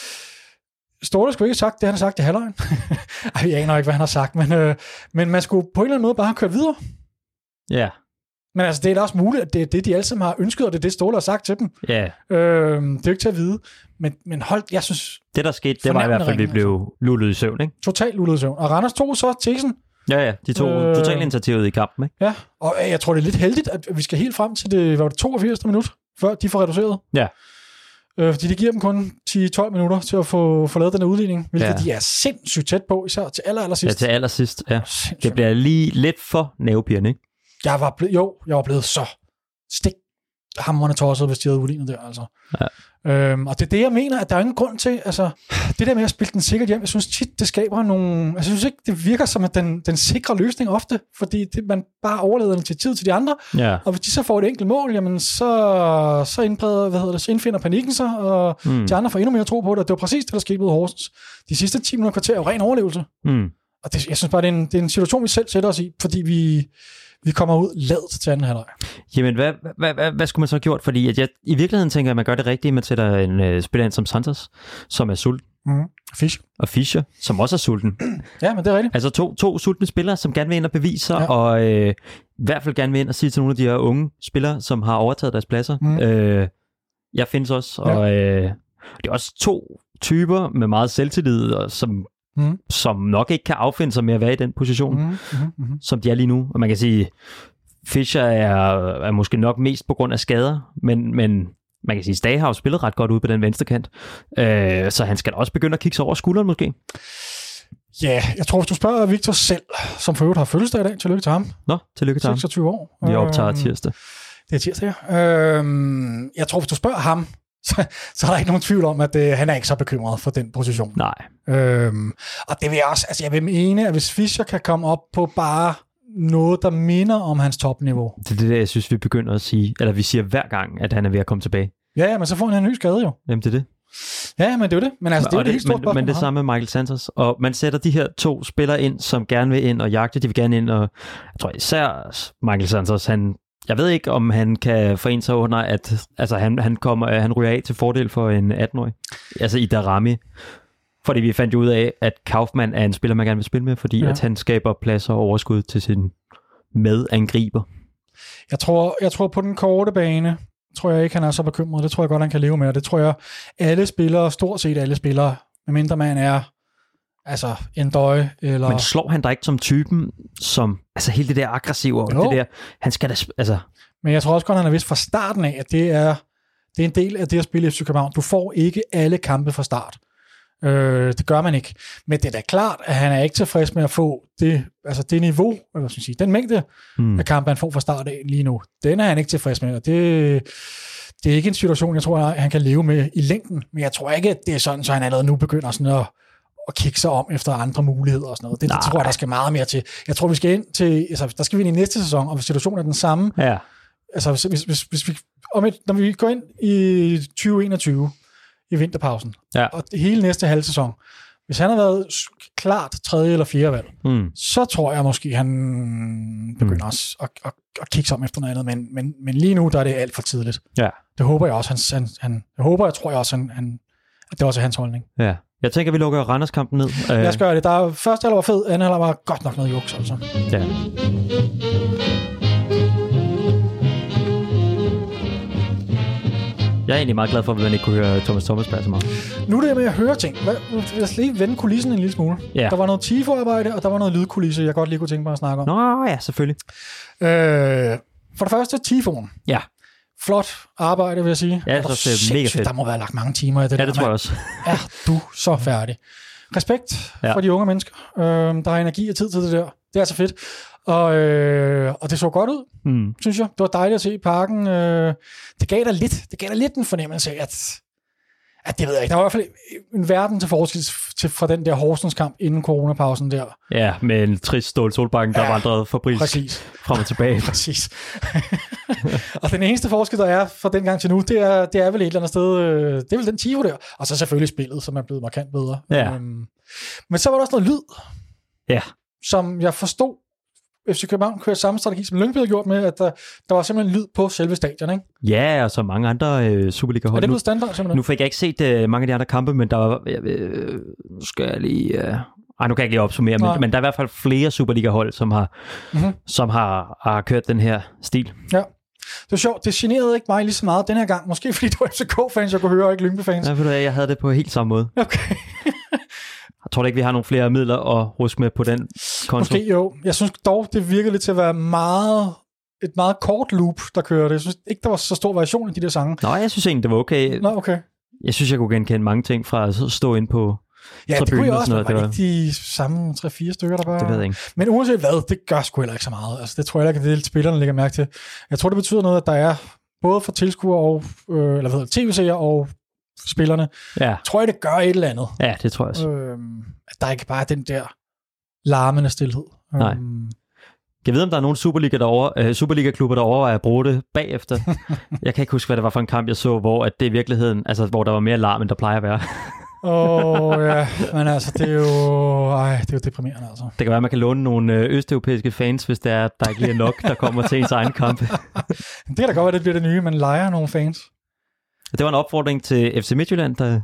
S2: Ståle skulle ikke have sagt det, han har sagt i halvlegen. Ej, jeg aner ikke, hvad han har sagt, men, øh, men man skulle på en eller anden måde bare have kørt videre.
S1: Ja.
S2: Men altså, det er da også muligt, at det er det, de alle sammen har ønsket, og det er det, Ståle har sagt til dem.
S1: Ja.
S2: Øh, det er jo ikke til at vide. Men, men hold, jeg synes...
S1: Det, der skete, det var i hvert fald, at vi blev lullet i søvn, ikke?
S2: Totalt lullet i søvn. Og Randers tog så tesen.
S1: Ja, ja. De tog øh, totalt initiativet i kampen, ikke?
S2: Ja, og jeg tror, det er lidt heldigt, at vi skal helt frem til det, var det toogfirs minut, før de får reduceret.
S1: Ja.
S2: Øh, fordi det giver dem kun ti til tolv minutter til at få, få lavet den her udligning, hvilket ja. de er sindssygt tæt på, især til aller, aller sidst.
S1: Ja, til aller sidst, ja. Sindssygt. Det bliver lige lidt for nervepirrende, ikke? Jeg
S2: var blevet, jo, jeg var blevet så stik hamrende tosset, hvis de havde udlignet der, altså. Ja. Øhm, og det er det, jeg mener, at der er ingen grund til, altså, det der med at spille den sikkert hjem, jeg synes tit, det skaber nogle, altså, jeg synes ikke, det virker som at den, den sikre løsning ofte, fordi det, man bare overlader initiativ til de andre,
S1: ja.
S2: Og hvis de så får et enkelt mål, jamen, så, så, indbreder, hvad hedder det, så indfinder panikken sig, og mm. de andre får endnu mere tro på det, og det var præcis det, der skete mod Horsens. De sidste ti minutter kvarter er jo ren overlevelse,
S1: mm.
S2: og det, jeg synes bare, det er, en, det er en situation, vi selv sætter os i, fordi vi Vi kommer ud ladet til anden halvleg.
S1: Jamen, hvad, hvad, hvad, hvad skulle man så have gjort? Fordi at jeg i virkeligheden tænker, at man gør det rigtigt, man sætter en uh, spiller ind som Santos, som er sulten.
S2: Mm. Fischer.
S1: Og Fischer, som også er sulten.
S2: Ja, men det er rigtigt.
S1: Altså to, to sultne spillere, som gerne vil ind og bevise sig, ja. og øh, i hvert fald gerne vil ind og sige til nogle af de her unge spillere, som har overtaget deres pladser. Mm. Øh, jeg findes også, ja. og øh, det er også to typer med meget selvtillid, og som Mm. som nok ikke kan affinde sig med at være i den position, mm, mm, mm. som de er lige nu. Og man kan sige, Fischer er, er måske nok mest på grund af skader, men, men man kan sige, Stage har jo spillet ret godt ud på den venstre kant, øh, så han skal også begynde at kigge sig over skulderen måske.
S2: Ja, yeah, jeg tror, hvis du spørger Victor selv, som for øvrigt har fødselsdag i dag, tillykke til ham.
S1: Nå, tillykke til ham.
S2: seksogtyve år.
S1: Vi optager tirsdag.
S2: Det er tirsdag, ja. Øh, jeg tror, hvis du spørger ham, Så, så er der ikke nogen tvivl om, at øh, han er ikke så bekymret for den position.
S1: Nej.
S2: Øhm, og det vil jeg også, altså jeg vil mene, at hvis Fischer kan komme op på bare noget, der minder om hans topniveau.
S1: Det er det, jeg synes, vi begynder at sige, eller vi siger hver gang, at han er ved at komme tilbage.
S2: Ja, ja, men så får han en ny skade jo.
S1: Jamen, det er det.
S2: Ja, men det er jo det. Men altså, det er jo det, det helt stort
S1: men, men det samme med Michael Santos. Og man sætter de her to spillere ind, som gerne vil ind og jagte. De vil gerne ind, og jeg tror især Michael Santos, han jeg ved ikke, om han kan forene sig under, at altså, han, han, kommer, han ryger af til fordel for en atten-årig. Altså i Darami. Fordi vi fandt jo ud af, at Kaufmann er en spiller, man gerne vil spille med, fordi ja. at han skaber plads og overskud til sin medangriber.
S2: Jeg tror, jeg tror på den korte bane, tror jeg ikke, han er så bekymret. Det tror jeg godt, han kan leve med. Det tror jeg, alle spillere, stort set alle spillere, medmindre man er altså en døje, eller...
S1: Men slår han dig ikke som typen, som... Altså hele det der aggressive, og det der... Han skal da... Altså...
S2: Men jeg tror også godt, han har vidst fra starten af, at det er, det er en del af det at spille i F C København. Du får ikke alle kampe fra start. Øh, det gør man ikke. Men det er da klart, at han er ikke tilfreds med at få det, altså det niveau, eller hvad skal jeg sige, den mængde hmm. af kampe, han får fra start af lige nu. Den er han ikke tilfreds med, og det... det er ikke en situation, jeg tror, at han kan leve med i længden, men jeg tror ikke, at det er sådan, så han allerede nu begynder sådan at, at kigge sig om efter andre muligheder og sådan noget. Det, det tror jeg, der skal meget mere til. Jeg tror, vi skal ind til, altså, der skal vi ind i næste sæson, og hvis situationen er den samme,
S1: ja.
S2: altså hvis, hvis, hvis vi, om et, når vi går ind i tyve enogtyve i vinterpausen,
S1: ja.
S2: og hele næste halv sæson, hvis han har været klart tredje eller fjerde valg, mm. så tror jeg måske, han begynder mm. også at, at, at kigge sig om efter noget andet, men, men, men lige nu, der er det alt for tidligt.
S1: Ja.
S2: Det håber jeg også, han, han, jeg håber, jeg tror jeg også, han, han, at det også er hans holdning.
S1: Ja. Jeg tænker, vi lukker Randers-kampen ned.
S2: Lad os gøre det. Der er, første halvleg var fed, anden halvleg var godt nok noget juks, altså.
S1: Ja. Jeg er egentlig meget glad for, at man ikke kunne høre Thomas Thomasberg så meget.
S2: Nu er det med at høre ting. Lad os lige vende kulissen en lille smule. Ja. Der var noget tifo-arbejde, og der var noget lydkulisse, jeg godt lige kunne tænke mig at snakke om.
S1: Nå ja, selvfølgelig.
S2: Øh, for det første, tifoen.
S1: Ja.
S2: Flot arbejde, vil jeg sige.
S1: Ja, det er, det er mega fedt.
S2: Der må være lagt mange timer i det.
S1: Ja,
S2: der.
S1: det tror jeg også.
S2: Er du så færdig. Respekt ja. for de unge mennesker. Øh, der har energi og tid til det der. Det er altså fedt. Og, øh, og det så godt ud, mm. synes jeg. Det var dejligt at se i parken. Øh, det gav dig lidt, det gav dig lidt en fornemmelse af, at, at det ved jeg ikke. Der var i hvert fald en verden til forskel til, fra den der Horsens-kamp inden coronapausen der.
S1: Ja, med en trist Ståle Solbakken, der ja, vandrede Fabrice
S2: præcis.
S1: frem og tilbage.
S2: Præcis. Og den eneste forskel, der er fra den gang til nu, det er, det er vel et eller andet sted, øh, det er vel den tifo der. Og så selvfølgelig spillet, som er blevet markant bedre.
S1: Ja.
S2: Øhm, men så var der også noget lyd,
S1: ja.
S2: som jeg forstod, F C København kører samme strategi, som Lyngby har gjort med, at der, der var simpelthen lyd på selve stadion, ikke?
S1: Ja, og så mange andre øh, Superliga-hold.
S2: Er det blevet standard, simpelthen?
S1: Nu fik jeg ikke set øh, mange af de andre kampe, men der var... Øh, nu skal jeg lige... Øh, ej, nu kan jeg ikke lige opsummere, men, men der er i hvert fald flere Superliga-hold, som har, mm-hmm. som har, har kørt den her stil.
S2: Ja. Det var sjovt. Det generede ikke mig lige så meget den her gang. Måske fordi det var F C K-fans, jeg kunne høre, og ikke Lyngby-fans.
S1: Ja, ved du, jeg havde det på helt samme måde.
S2: Okay.
S1: Jeg tror da ikke, vi har nogle flere midler at ruske med på den konto.
S2: Måske jo. Jeg synes dog, det virkede lidt til at være meget, et meget kort loop, der kørte. Jeg synes ikke, der var så stor variation i de der sange.
S1: Nå, jeg synes egentlig, det var okay.
S2: Nå, okay.
S1: Jeg synes, jeg kunne genkende mange ting fra at stå ind på
S2: ja, det kunne jeg også,
S1: noget.
S2: Var det ikke de samme tre fire stykker, der var?
S1: Det ved jeg ikke.
S2: Men uanset hvad, det gør sgu heller ikke så meget. Altså, det tror jeg ikke, at det spillerne lægger mærke til. Jeg tror, det betyder noget, at der er både for tilskuere og, øh, eller hvad, tv-seere og spillerne. Ja. Tror jeg, det gør et eller andet.
S1: Ja, det tror jeg også.
S2: Øhm, at der ikke bare er den der larmende stilhed.
S1: Nej.
S2: Øhm.
S1: Jeg ved, om der er nogle Superliga derovre, øh, Superliga-klubber, der overvejer at bruge det bagefter. Jeg kan ikke huske, hvad det var for en kamp, jeg så, hvor at det i virkeligheden, altså hvor der var mere larm, end der plejer at være.
S2: Åh, oh, ja. Men altså, det er jo... Ej, det er jo deprimerende, altså.
S1: Det kan være, at man kan låne nogle østeuropæiske fans, hvis der, er, der ikke lige er nok, der kommer til ens egen kamp.
S2: Det kan da godt være, det bliver det nye, man lejer nogle fans.
S1: Det var en opfordring til F C Midtjylland, der...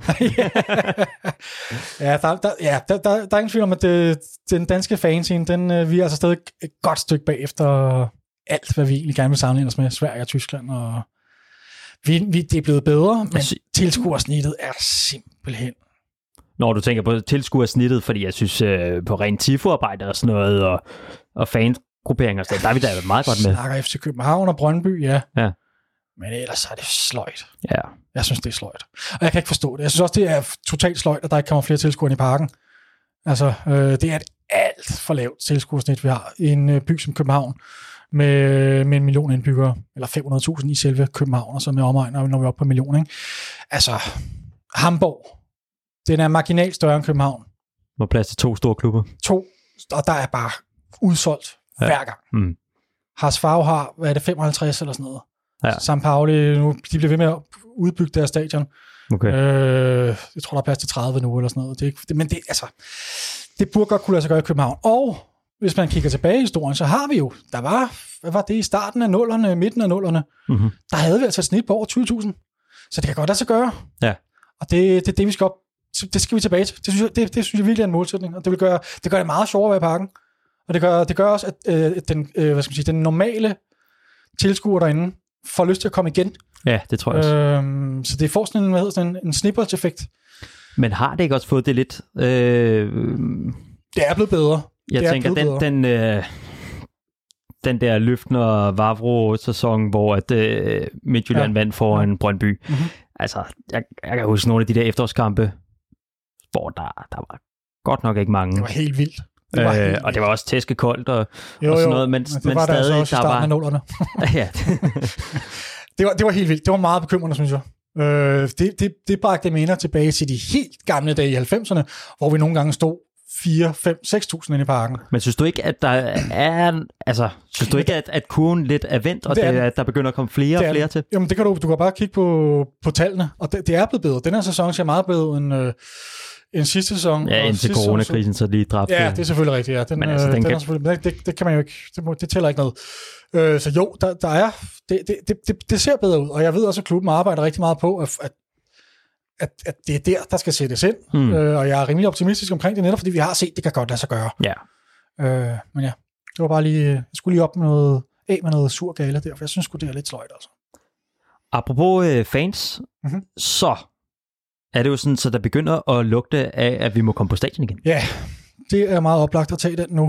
S2: ja, der, der, ja der, der, der er ingen tvivl om, at det, den danske fanscene, den, vi er altså stadig et godt stykke bag efter alt, hvad vi egentlig gerne vil sammenligne os med, Sverige og Tyskland. Og vi, vi, det er blevet bedre, men tilskuersnittet er simpelthen...
S1: Når du tænker på tilskuersnittet, fordi jeg synes, øh, på rent tifo-arbejde og sådan noget, og, og fangrupperinger, der er vi da meget godt med.
S2: Snakker F C København og Brøndby, ja.
S1: Ja.
S2: Men ellers er det sløjt.
S1: Ja.
S2: Jeg synes, det er sløjt. Og jeg kan ikke forstå det. Jeg synes også, det er totalt sløjt, at der ikke kommer flere tilskuere i parken. Altså, øh, det er et alt for lavt tilskuersnit, vi har i en øh, by som København, med, med en million indbyggere, eller fem hundrede tusind i selve København, og så med omegn, når vi er oppe på en million, ikke? Altså, Hamburg, den er marginalt større end København.
S1: Hvor plads til to store klubber.
S2: To, og der er bare udsolgt ja. hver gang. Mm. Haas Favre har, hvad er det, femoghalvtreds eller sådan noget. Ja. San Pauli, nu, de bliver ved med at udbygge deres stadion.
S1: Okay.
S2: Øh, jeg tror, der er plads til tredive nu, eller sådan noget. Det er ikke, det, men det, altså, det burde godt kunne lade sig gøre i København. Og hvis man kigger tilbage i historien, så har vi jo, der var, hvad var det, i starten af nullerne, midten af nullerne, mm-hmm. der havde vi altså et snit på over tyve tusind. Så det kan godt lade sig gøre.
S1: Ja.
S2: Og det, det, det vi skal op, det skal vi tilbage til. Det synes jeg, det, det synes jeg virkelig er en målsætning, og det vil gøre, det gør det meget sjovere at være i parken. Og det gør, det gør også, at øh, den, øh, hvad skal man sige, den normale tilskuer derinde får lyst til at komme igen.
S1: Ja, det tror jeg også.
S2: Øhm, så det får sådan en, hvad hedder sådan en, en snibboldseffekt.
S1: Men har det ikke også fået det lidt... Øh...
S2: Det er blevet bedre.
S1: Jeg
S2: det
S1: tænker, den, den, øh, den der Løftner Vavro-sæson, hvor at, øh, Midtjylland ja. vandt foran ja. Brøndby. Mm-hmm. Altså, jeg, jeg kan huske nogle af de der efterårskampe, hvor der, der var godt nok ikke mange.
S2: Det var helt vildt. Det var
S1: øh, og det var også tæskekoldt og, jo, og sådan noget, men,
S2: jo, men,
S1: men
S2: var
S1: stadig,
S2: der, altså der var...
S1: ja.
S2: Det var, det var helt vildt. Det var meget bekymrende, synes jeg. Øh, det, det, det bragte minder tilbage til de helt gamle dage i halvfemserne, hvor vi nogle gange stod fire, fem, seks tusind inde i parken.
S1: Men synes du ikke, at der er... Altså, synes du ikke, at, at kurven lidt er vendt, og det er det, at der begynder at komme flere og flere til?
S2: Jamen, det kan du, du kan bare kigge på, på tallene, og det, det er blevet bedre. Den her sæson ser meget bedre end, øh, end sidste sæson.
S1: Ja, indtil coronakrisen så lige dræbte.
S2: Ja, det er selvfølgelig rigtigt, ja. Den,
S1: Men altså, den,
S2: den
S1: kan...
S2: er selvfølgelig, det, det kan man jo ikke, det, må, det tæller ikke noget. Øh, så jo, der, der er, det, det, det, det ser bedre ud, og jeg ved også, at klubben arbejder rigtig meget på, at, at At, at det er der, der skal sættes ind. Mm. Øh, og jeg er rimelig optimistisk omkring det netop, fordi vi har set, det kan godt lade sig gøre.
S1: Ja.
S2: Øh, men ja, det var bare lige, jeg skulle lige op med noget, af med noget sur gale der, for jeg synes sgu, det er lidt sløjt altså.
S1: Apropos øh, fans, mm-hmm. så er det jo sådan, så der begynder at lugte af, at vi må komme på stadion igen.
S2: Ja, det er meget oplagt at tage den nu.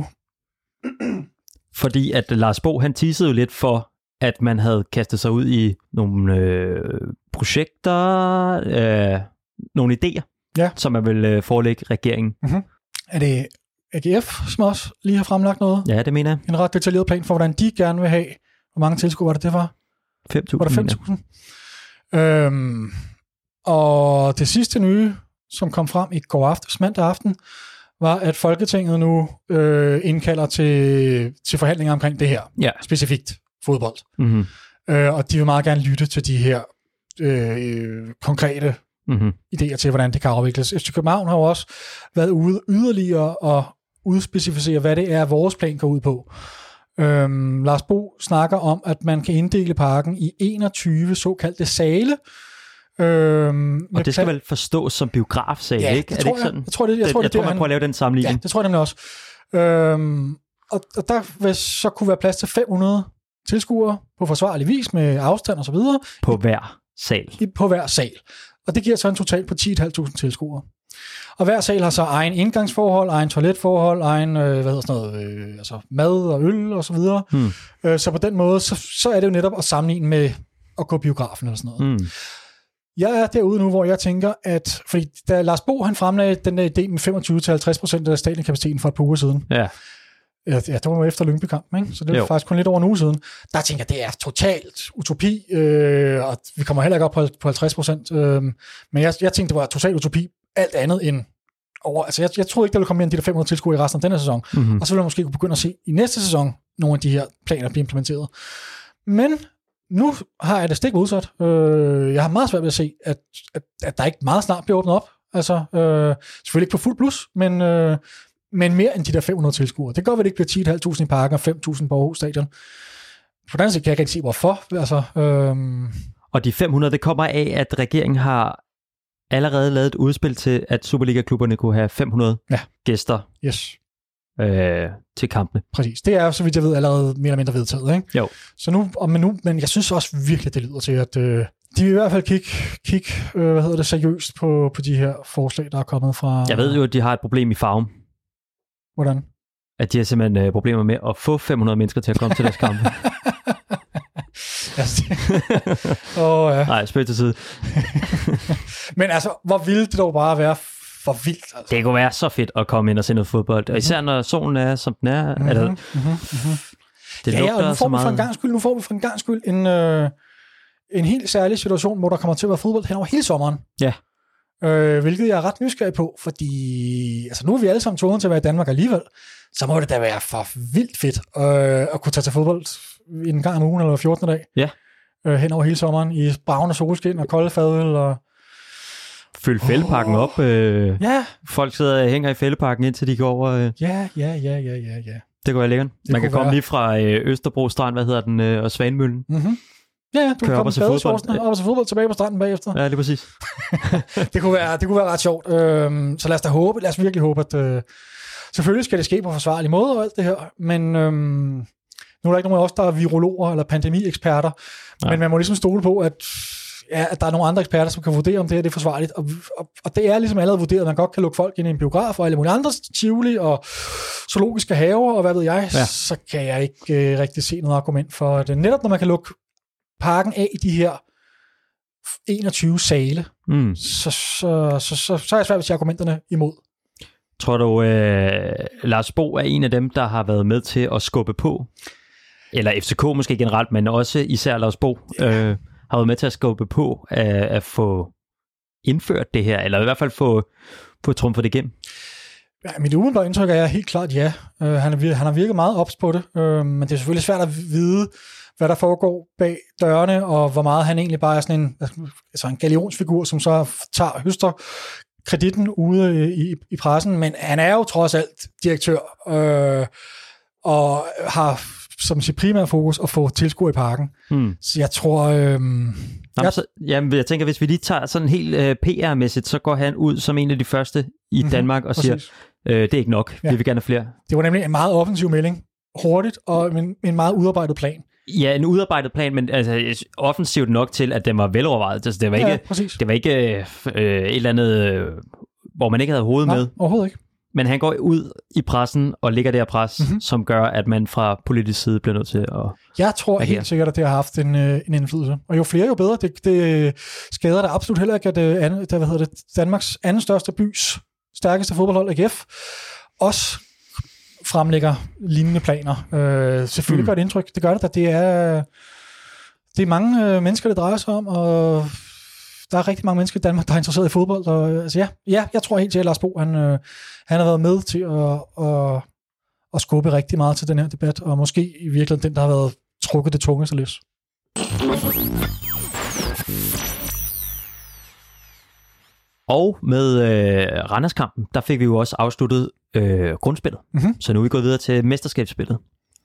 S1: Fordi at Lars Bo, han teasede jo lidt for, at man havde kastet sig ud i nogle øh, projekter, øh, nogle idéer, ja. Som man vil øh, forelægge regeringen.
S2: Mm-hmm. Er det A G F, som også lige har fremlagt noget?
S1: Ja, det mener jeg.
S2: En ret detaljeret plan for, hvordan de gerne vil have. Hvor mange tilskuere var det, det var?
S1: fem tusind.
S2: Var der fem tusind? Øhm, og det sidste nye, som kom frem i går aftes, mandag aften, var, at Folketinget nu øh, indkalder til, til forhandlinger omkring det her.
S1: Ja.
S2: Specifikt fodbold.
S1: Mm-hmm.
S2: Øh, og de vil meget gerne lytte til de her øh, konkrete mm-hmm. idéer til, hvordan det kan afvikles. F C København har jo også været ude yderligere og udspecificere, hvad det er, vores plan går ud på. Øhm, Lars Bo snakker om, at man kan inddele parken i enogtyve såkaldte sale. Øhm,
S1: og det skal plan- vel forstås som biografsal,
S2: ja,
S1: ikke?
S2: Det
S1: er
S2: tror
S1: det ikke sådan?
S2: Jeg tror, det, jeg
S1: det,
S2: tror,
S1: jeg
S2: det,
S1: tror man prøver at lave den sammenligning.
S2: Ja, det tror jeg nemlig også. Øhm, og, og der vil så kunne være plads til fem hundrede tilskuere på forsvarlig vis med afstand og så videre.
S1: På hver sal.
S2: I, på hver sal. Og det giver så en total på ti tusind fem hundrede tilskuere. Og hver sal har så egen indgangsforhold, egen toiletforhold, egen øh, hvad hedder sådan noget, øh, altså mad og øl og så videre. Hmm. Øh, så på den måde, så, så er det jo netop at sammenligne med at gå biografen eller sådan noget. Hmm. Jeg er derude nu, hvor jeg tænker, at fordi da Lars Bo han fremlagde den der idé med femogtyve til halvtreds procent af stadionkapaciteten for et par uger siden.
S1: Ja.
S2: Ja, det var efter Lyngby-kampen, ikke? Så det er faktisk kun lidt over en uge siden. Der tænker jeg, det er totalt utopi, øh, og vi kommer heller ikke op på, på halvtreds procent. Øh, men jeg, jeg tænkte, det var totalt utopi, alt andet end over. Altså, jeg, jeg troede ikke, der ville komme mere end de der fem hundrede tilskuere i resten af denne sæson. Mm-hmm. Og så ville man måske kunne begynde at se i næste sæson nogle af de her planer blive implementeret. Men nu har jeg det stik modsat. Øh, jeg har meget svært ved at se, at, at, at der ikke meget snart bliver åbnet op. Altså, øh, selvfølgelig ikke på fuld plus, men... Øh, men mere end de der fem hundrede tilskuere. Det går vel ikke bliver ti tusind fem hundrede i parken og fem tusind på Aarhus Stadion. På den anden side kan jeg ikke se, hvorfor. Altså, øhm...
S1: Og de fem hundrede, det kommer af, at regeringen har allerede lavet et udspil til, at Superliga-klubberne kunne have fem hundrede
S2: ja.
S1: gæster
S2: yes.
S1: øh, til kampene.
S2: Præcis. Det er, så vidt jeg ved, allerede mere eller mindre vedtaget. Ikke?
S1: Jo.
S2: Så nu, og men, nu, men jeg synes også virkelig, det lyder til, at øh, de vil i hvert fald kigge, kigge øh, hvad hedder det, seriøst på, på de her forslag, der er kommet fra...
S1: Jeg ved jo, at de har et problem i Farum.
S2: Hvordan?
S1: At de har simpelthen øh, problemer med at få fem hundrede mennesker til at komme til deres kampe.
S2: oh, ja.
S1: Nej, spøg til side.
S2: Men altså, hvor ville det dog bare være for vildt? Altså.
S1: Det kunne være så fedt at komme ind og se noget fodbold. Mm-hmm. Og især når solen er, som den er. Mm-hmm. Altså, mm-hmm. Det
S2: ja,
S1: lugter
S2: ja, og nu får
S1: så
S2: vi
S1: meget.
S2: for en gang skyld, nu får vi for en gang skyld en, øh, en helt særlig situation, hvor der kommer til at være fodbold hen over hele sommeren.
S1: Ja.
S2: Øh, hvilket jeg er ret nysgerrig på, fordi altså nu er vi alle sammen tvunget til at være i Danmark alligevel, så må det da være for vildt fedt øh, at kunne tage til fodbold en gang om ugen eller fjortende dag.
S1: Ja.
S2: Øh, hen over hele sommeren i bravende solskin og kolde fadøl og...
S1: Følg fældeparken oh. op. Øh,
S2: ja.
S1: Folk sidder og hænger i fældeparken, indtil de går over. Øh.
S2: Ja, ja, ja, ja, ja, ja.
S1: Det går jeg lækkert. Man kan komme være. Lige fra øh, Østerbro Strand, hvad hedder den, øh, og Svanemøllen.
S2: Mhm. Ja, ja, du kan komme til badeshortsene og så fodbold tilbage på stranden bagefter.
S1: Ja, det er præcis.
S2: det, kunne være, det kunne være ret sjovt. Øhm, så lad os da håbe, lad os virkelig håbe, at øh, selvfølgelig skal det ske på forsvarlig måde og alt det her, men øhm, nu er der ikke nogen af os, der er virologer eller pandemieksperter, nej. Men man må ligesom stole på, at, ja, at der er nogle andre eksperter, som kan vurdere, om det her det er forsvarligt, og, og, og det er ligesom allerede vurderet, at man godt kan lukke folk ind i en biograf og alle mulige andre tivoli og zoologiske haver og hvad ved jeg, ja. Så kan jeg ikke øh, rigtig se noget argument for det. Netop når man kan lukke parken af i de her enogtyve sale, mm. så, så, så, så, så er jeg svært ved at se argumenterne imod.
S1: Tror du, øh, Lars Bo er en af dem, der har været med til at skubbe på? Eller F C K måske generelt, men også især Lars Bo. Ja. Øh, har været med til at skubbe på at, at få indført det her, eller i hvert fald få, få trumfet det igennem?
S2: Ja, mit umiddelbare indtryk er helt klart ja. Uh, han, er, han har virket meget ops på det, uh, men det er selvfølgelig svært at vide, hvad der foregår bag dørene, og hvor meget han egentlig bare er sådan en, altså en galionsfigur, som så tager høster kreditten ude i, i pressen, men han er jo trods alt direktør, øh, og har som sit primære fokus at få tilskuere i parken. Hmm. Så jeg tror... Øh,
S1: Jamen,
S2: jeg,
S1: så, jamen, jeg tænker, hvis vi lige tager sådan helt øh, P R-mæssigt, så går han ud som en af de første i mm-hmm, Danmark og præcis. siger, øh, det er ikke nok, ja. vi vil gerne have flere.
S2: Det var nemlig en meget offensiv melding, hurtigt, og en, en meget udarbejdet plan.
S1: Ja, en udarbejdet plan, men altså, offensivt nok til, at den var velovervejet. Altså, det var ikke,
S2: ja,
S1: det var ikke øh, et eller andet, øh, hvor man ikke havde hovedet
S2: Nej,
S1: med.
S2: overhovedet ikke.
S1: Men han går ud i pressen og lægger det her pres, mm-hmm. som gør, at man fra politisk side bliver nødt til at...
S2: Jeg tror agere. Helt sikkert, at det har haft en, en indflydelse. Og jo flere, jo bedre. Det, det skader det absolut heller ikke, at det, andet, hvad hedder det, Danmarks anden største bys stærkeste fodboldhold, A G F, også fremlægger lignende planer. Øh, selvfølgelig mm. gør det indtryk. Det gør det, at det er, det er mange øh, mennesker, det drejer sig om, og der er rigtig mange mennesker i Danmark, der er interesseret i fodbold. Og, altså, ja, ja, jeg tror helt til, at Lars Bo, han, øh, han har været med til at, at, at skubbe rigtig meget til den her debat, og måske i virkeligheden den, der har været trukket det tungeste læs.
S1: Og med øh, Randerskampen, der fik vi jo også afsluttet øh, grundspillet. Mm-hmm. Så nu er vi gået videre til mesterskabsspillet.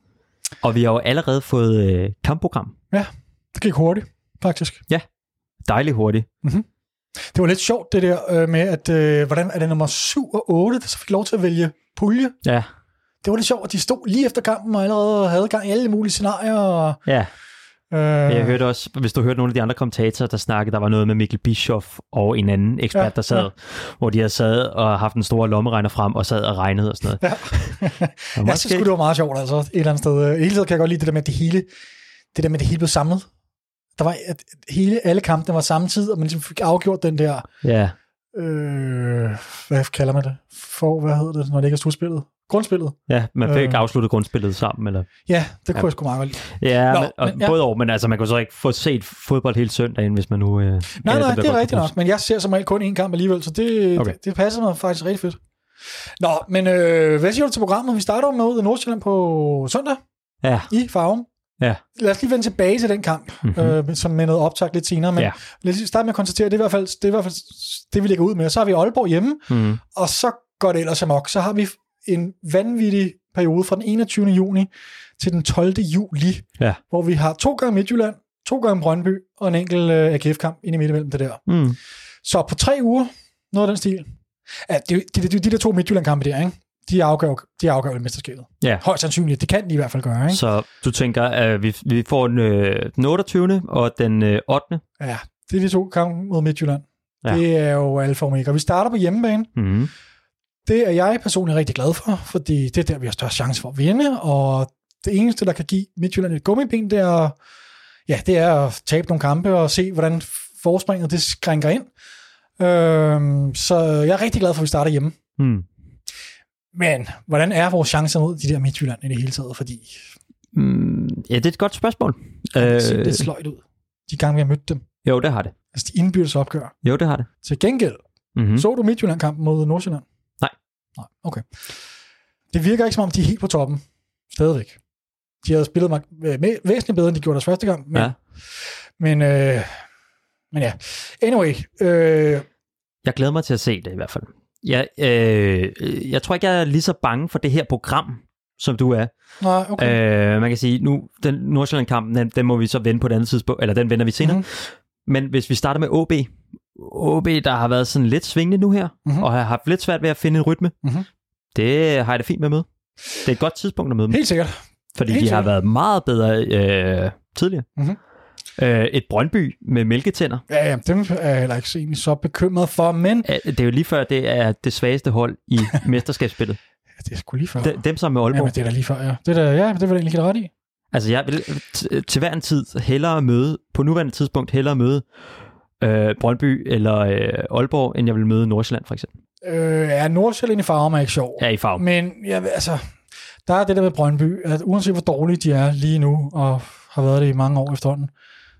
S1: Og vi har jo allerede fået øh, kampprogram.
S2: Ja, det gik hurtigt, faktisk.
S1: Ja, dejligt hurtigt.
S2: Mm-hmm. Det var lidt sjovt det der øh, med, at øh, hvordan er det nummer syv og otte, der så fik lov til at vælge pulje.
S1: Ja.
S2: Det var lidt sjovt, at de stod lige efter kampen og allerede havde gang i alle mulige scenarier. Og,
S1: ja. Jeg hørte også, hvis du hørte nogle af de andre kommentatorer, der snakkede, der var noget med Mikkel Bischoff og en anden ekspert, ja, der sad, ja. hvor de havde sad og haft en stor lommeregner frem og sad og regnede og sådan noget.
S2: Ja, jeg synes det var meget sjovt, altså et eller andet sted. Hele tiden kan jeg godt lide det der med, at det hele, det der med, det hele blev samlet. Der var, at hele, alle kampene var samtidig, og man fik afgjort den der,
S1: ja.
S2: øh, hvad kalder man det? For, hvad hedder det, når det ikke er slutspillet? Grundspillet.
S1: Ja, man fik ikke øh, afsluttet grundspillet sammen, eller?
S2: Ja, det kunne ja. jeg sgu meget godt lide.
S1: Ja, Nå, men, og men, ja. både over, men altså, man kunne så ikke få set fodbold hele søndagen, hvis man nu... Øh,
S2: nej, nej, det er rigtigt nok, men jeg ser som regel kun én kamp alligevel, så det, okay. det, det passer mig faktisk rigtig fedt. Nå, men øh, hvad siger du til programmet? Vi starter med Nordsjælland på søndag
S1: ja.
S2: i Farum.
S1: Ja.
S2: Lad os lige vende tilbage til den kamp, mm-hmm. øh, som med noget optag lidt senere, men ja. lad os starte med at konstatere, det er i hvert fald det, er i hvert fald det vi lægger ud med. Så har vi Aalborg hjemme, mm. og så går det ellers amok. Så har vi en vanvittig periode fra den enogtyvende juni til den tolvte juli, ja. hvor vi har to gange Midtjylland, to gange Brøndby og en enkelt uh, A G F-kamp ind i midt imellem det der. Mm. Så på tre uger, noget af den stil. Ja, det, de, de, de der to Midtjylland-kampe der, ikke? De afgør, de afgør mesterskabet. Ja. Højst sandsynligt, det kan de i hvert fald gøre. Ikke?
S1: Så du tænker, at vi, vi får den, øh, den otteogtyvende og den øh, ottende
S2: Ja, det er de to kampe mod Midtjylland. Ja. Det er jo alfa og omega. Vi starter på hjemmebane. Mm. Det er jeg personligt rigtig glad for, fordi det er der, vi har størst chance for at vinde, og det eneste, der kan give Midtjylland et gummiben, det er, ja, det er at tabe nogle kampe og se, hvordan forspringet det skrænker ind. Øhm, så jeg er rigtig glad for, at vi starter hjemme. Mm. Men hvordan er vores chancer mod de der Midtjylland i det hele taget? Fordi...
S1: Mm, ja, det er et godt spørgsmål.
S2: Det ser lidt sløjt ud. De gange, vi har mødt dem.
S1: Jo, det har det.
S2: Altså de indbyrdes opgør.
S1: Jo, det har det.
S2: Til gengæld, mm-hmm. så du Midtjylland-kampen mod Nordsjælland?
S1: Nej.
S2: Nej, okay. Det virker ikke som om, de er helt på toppen. Stadigvæk. De havde spillet mig væsentligt bedre, end de gjorde deres første gang. Men, ja. Men, øh, men ja. Anyway. Øh,
S1: jeg glæder mig til at se det i hvert fald. Jeg, øh, jeg tror ikke, jeg er lige så bange for det her program, som du er.
S2: Nej, okay.
S1: Øh, man kan sige, nu, den Nordsjælland-kampen, den, den må vi så vende på et andet tidspunkt, eller den vender vi senere. Mm-hmm. Men hvis vi starter med O B, O B, der har været sådan lidt svingende nu her, mm-hmm. og har haft lidt svært ved at finde en rytme, mm-hmm. det har jeg det fint med at møde. Det er et godt tidspunkt at møde dem.
S2: Helt sikkert.
S1: Fordi
S2: Helt
S1: de
S2: sikkert.
S1: har været meget bedre øh, tidligere. Mm-hmm. Øh, et Brøndby med mælketænder.
S2: Ja, ja, dem er jeg heller ikke egentlig så bekymret for, men...
S1: Det er jo lige før, det er det svageste hold i mesterskabsspillet.
S2: Ja, det er sgu lige før.
S1: De, dem som med Aalborg.
S2: Ja, men det er da lige før, ja. Det er da, ja, det vil jeg egentlig ikke ret i.
S1: Altså, jeg vil t- til hver en tid hellere møde, på nuværende tidspunkt hellere møde øh, Brøndby eller øh, Aalborg, end jeg vil møde Nordsjælland, for eksempel.
S2: Øh, ja, Nordsjælland i Farum er ikke sjov.
S1: Ja, i Farum.
S2: Men, ja, altså, der er det der med Brøndby, at uanset hvor dårlige de er lige nu, og har været det i mange år efterhånden,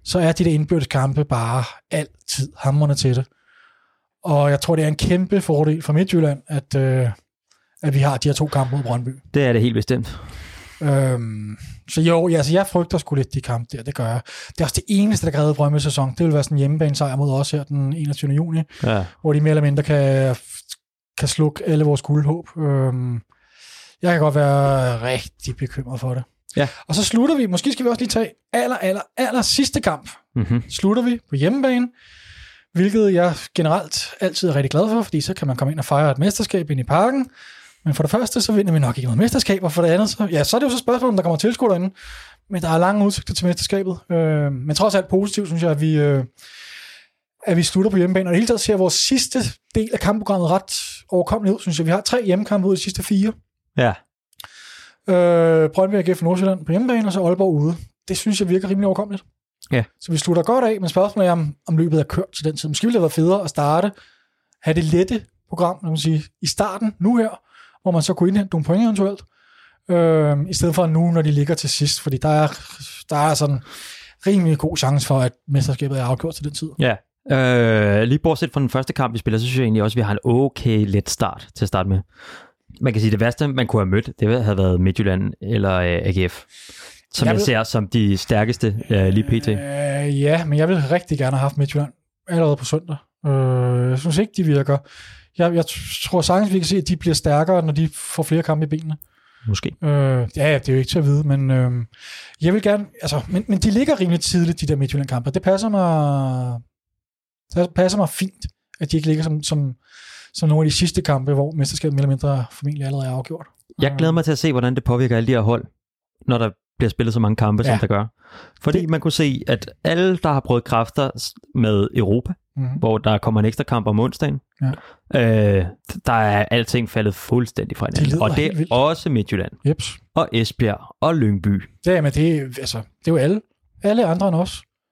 S2: så er de der indbyrdes kampe bare altid hamrende til det. Og jeg tror, det er en kæmpe fordel for Midtjylland, at, øh, at vi har de her to kampe mod Brøndby.
S1: Det er det helt bestemt.
S2: Øhm, så jo, ja, altså jeg frygter sgu lidt de kampe der, det gør jeg. Det er også det eneste, der kan redde Brøndby sæson. Det vil være sådan en hjemmebanesejr mod os her den enogtyvende juni,
S1: ja. Hvor
S2: de mere eller mindre kan, kan slukke alle vores guldhåb. Øhm, jeg kan godt være rigtig bekymret for det.
S1: Ja.
S2: Og så slutter vi, måske skal vi også lige tage aller, aller, aller sidste kamp. Mm-hmm. Slutter vi på hjemmebane, hvilket jeg generelt altid er rigtig glad for, fordi så kan man komme ind og fejre et mesterskab ind i parken. Men for det første, så vinder vi nok ikke noget mesterskab, og for det andet, så, ja, så er det jo så spørgsmålet, om der kommer tilskuere derinde. Men der er lange udsigter til mesterskabet. Øh, men trods alt positivt, synes jeg, at vi, øh, at vi slutter på hjemmebane. Og det hele taget ser vores sidste del af kampprogrammet ret overkommeligt ud, synes jeg. Vi har tre hjemmekampe ud af de sidste fire.
S1: Ja.
S2: Øh, Brøndby A G F Nordsjælland på hjemmebane, og så Aalborg ude. Det synes jeg virker rimelig overkommeligt.
S1: Ja.
S2: Så vi slutter godt af, men spørgsmålet er, om, om løbet er kørt til den tid. Måske ville det være federe at starte, have det lette program, lad mig sige, i starten, nu her, hvor man så kunne indhente nogle point eventuelt, øh, i stedet for nu, når de ligger til sidst, fordi der er, der er sådan rimelig god chance for, at mesterskabet er afgjort til den tid.
S1: Ja, øh, lige bortset fra den første kamp, vi spiller, så synes jeg egentlig også, at vi har en okay let start til at starte med. Man kan sige, at det værste, man kunne have mødt, det havde været Midtjylland eller øh, A G F, som jeg, jeg vil, ser som de stærkeste øh, lige pt.
S2: Øh, ja, men jeg vil rigtig gerne have haft Midtjylland allerede på søndag. Øh, jeg synes ikke, de virker. Jeg, jeg tror sagtens, vi kan se, at de bliver stærkere, når de får flere kampe i benene.
S1: Måske.
S2: Øh, ja, det er jo ikke til at vide, men øh, jeg vil gerne, altså, men, men de ligger rimelig tidligt, de der Midtjylland-kampe. Det passer mig, det passer mig fint, at de ikke ligger som, som, som nogle af de sidste kampe, hvor mesterskabet mere eller mindre formentlig allerede er afgjort.
S1: Jeg glæder mig til at se, hvordan det påvirker alle de her hold, når der bliver spillet så mange kampe, ja. Som der gør. Fordi det... man kunne se, at alle, der har prøvet kræfter med Europa, mm-hmm. hvor der kommer en ekstra kamp om onsdagen, ja. øh, der er alting faldet fuldstændig fra hinanden. Og det er vildt. Også Midtjylland.
S2: Jeps.
S1: Og Esbjerg og Lyngby.
S2: Ja, men det, altså, det er jo alle. Alle andre end os.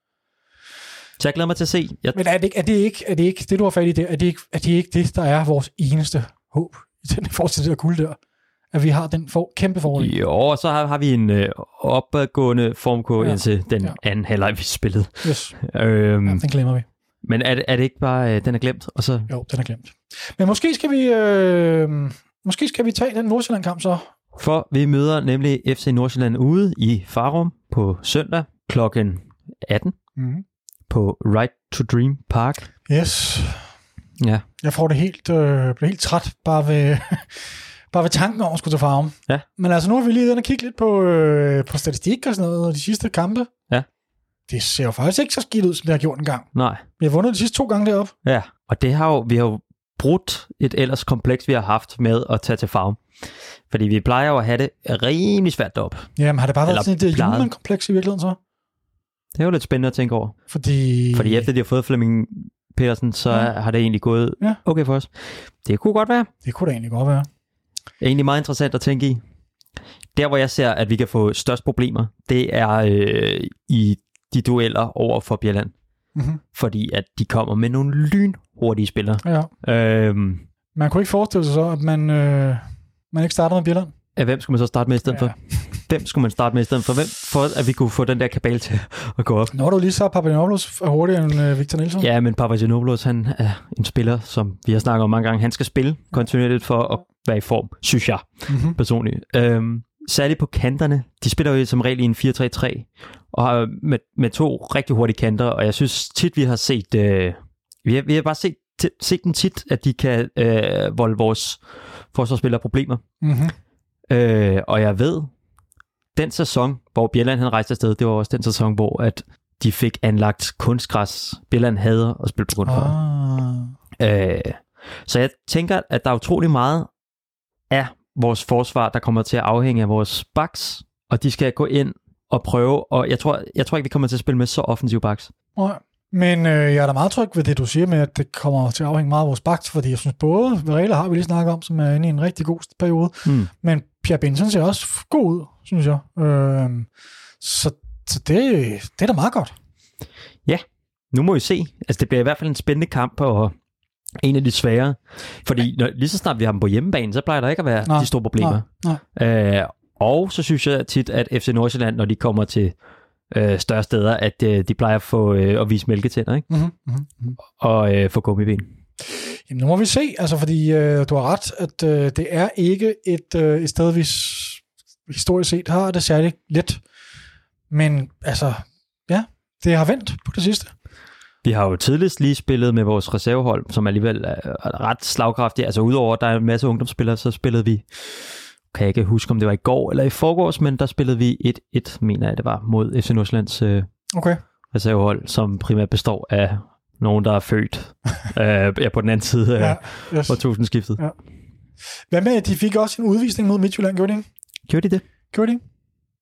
S1: Så jeg glæder mig til at se. Jeg...
S2: Men er det, er det ikke, er det ikke, det du har fat i der, er det ikke, er det ikke det, der er vores eneste håb i den forhold til det der guld der? At vi har den for, kæmpe fordel.
S1: Jo, og så har, har vi en øh, opadgående formkurve ja. Indtil den ja. anden halvleg, vi spillede.
S2: Yes.
S1: øhm,
S2: ja, den glemmer vi.
S1: Men er det, er det ikke bare, øh, den er glemt? Og så...
S2: Jo, den er glemt. Men måske skal vi, øh, måske skal vi tage den Nordsjælland-kamp så.
S1: For vi møder nemlig F C Nordsjælland ude i Farum på søndag klokken atten mm. på Right to Dream Park.
S2: Yes.
S1: Ja.
S2: Jeg får det helt, øh, bliver helt træt bare ved... Bare ved tanken om at skulle til Farum.
S1: Ja.
S2: Men altså, nu har vi lige den at kigge lidt på, øh, på statistik og sådan noget, og de sidste kampe.
S1: Ja.
S2: Det ser jo faktisk ikke så skidt ud, som det har gjort en gang.
S1: Nej.
S2: Vi har vundet de sidste to gange deroppe.
S1: Ja, og det har jo, vi har jo brudt et ellers kompleks, vi har haft med at tage til Farum. Fordi vi plejer jo at have det rimelig svært deroppe.
S2: Jamen, har det bare været Eller sådan et Julemand-kompleks i virkeligheden så?
S1: Det er jo lidt spændende at tænke over.
S2: Fordi...
S1: Fordi efter de har fået Flemming Pedersen, så ja. Har det egentlig gået ja. Okay for os. Det kunne godt være.
S2: Det kunne det egentlig godt være.
S1: Det er egentlig meget interessant at tænke i. Der, hvor jeg ser, at vi kan få størst problemer, det er øh, i de dueller over for Bjelland. Mm-hmm. Fordi at de kommer med nogle lynhurtige spillere.
S2: Ja.
S1: Øhm,
S2: man kunne ikke forestille sig så, at man, øh, man ikke starter med Bjelland.
S1: Ja, hvem skulle man så starte med i stedet ja. For? Hvem skulle man starte med i stedet for? Hvem for, at vi kunne få den der kabale til at gå op?
S2: Når du lige så Papagenopoulos er hurtigere end øh, Victor Nielsen.
S1: Ja, men Papagenopoulos, han er en spiller, som vi har snakket om mange gange. Han skal spille kontinuerligt for at være i form, synes jeg mm-hmm. personligt. Øhm, særligt på kanterne. De spiller jo som regel i en fire tre tre, og har med, med to rigtig hurtige kanter, og jeg synes tit, vi har set... Øh, vi, har, vi har bare set, t- set dem tit, at de kan øh, volde vores forsvarsspillere problemer. Mm-hmm. Øh, og jeg ved, den sæson, hvor Bjelland han rejste afsted, det var også den sæson, hvor at de fik anlagt kunstgræs. Bjelland hader at spille på kunstgræs. Ah. Øh, så jeg tænker, at der er utrolig meget af vores forsvar, der kommer til at afhænge af vores backs, og de skal gå ind og prøve, og jeg tror, jeg tror ikke, vi kommer til at spille med så offensive backs.
S2: Nej. Men øh, jeg er da meget tryg ved det, du siger med, at det kommer til at afhænge meget af vores backs, fordi jeg synes både, Varela har vi lige snakket om, som er inde i en rigtig god periode, mm. men Pierre Benson ser også god ud, synes jeg. Øh, så så det, det er da meget godt.
S1: Ja, nu må vi se. Altså, det bliver i hvert fald en spændende kamp, og en af de svære. Fordi når, lige så snart vi har dem på hjemmebane, så plejer der ikke at være nej, de store problemer. Nej, nej. Øh, og så synes jeg tit, at F C Nordsjælland, når de kommer til øh, større steder, at øh, de plejer at få øh, at vise mælketænder, ikke?
S2: Mm-hmm, mm-hmm.
S1: Og øh, få gummiben.
S2: Jamen, nu må vi se, altså, fordi øh, du har ret, at øh, det er ikke et, øh, et sted, vi s- historisk set har det særligt let. Men altså, ja, det har vendt på det sidste.
S1: Vi har jo tidligst lige spillet med vores reservehold, som alligevel er ret slagkraftige. Altså udover, at der er en masse ungdomsspillere, så spillede vi, kan jeg ikke huske, om det var i går eller i forgårs, men der spillede vi et et, mener jeg, det var, mod F C Nordsjællands øh,
S2: okay.
S1: reservehold, som primært består af nogen, der er født øh, ja, på den anden side af
S2: ja, yes.
S1: årtusindskiftet. Ja.
S2: Hvad med, at de fik også en udvisning mod Midtjylland, gjorde de ikke?
S1: Gjorde de det?
S2: Gjorde de ikke?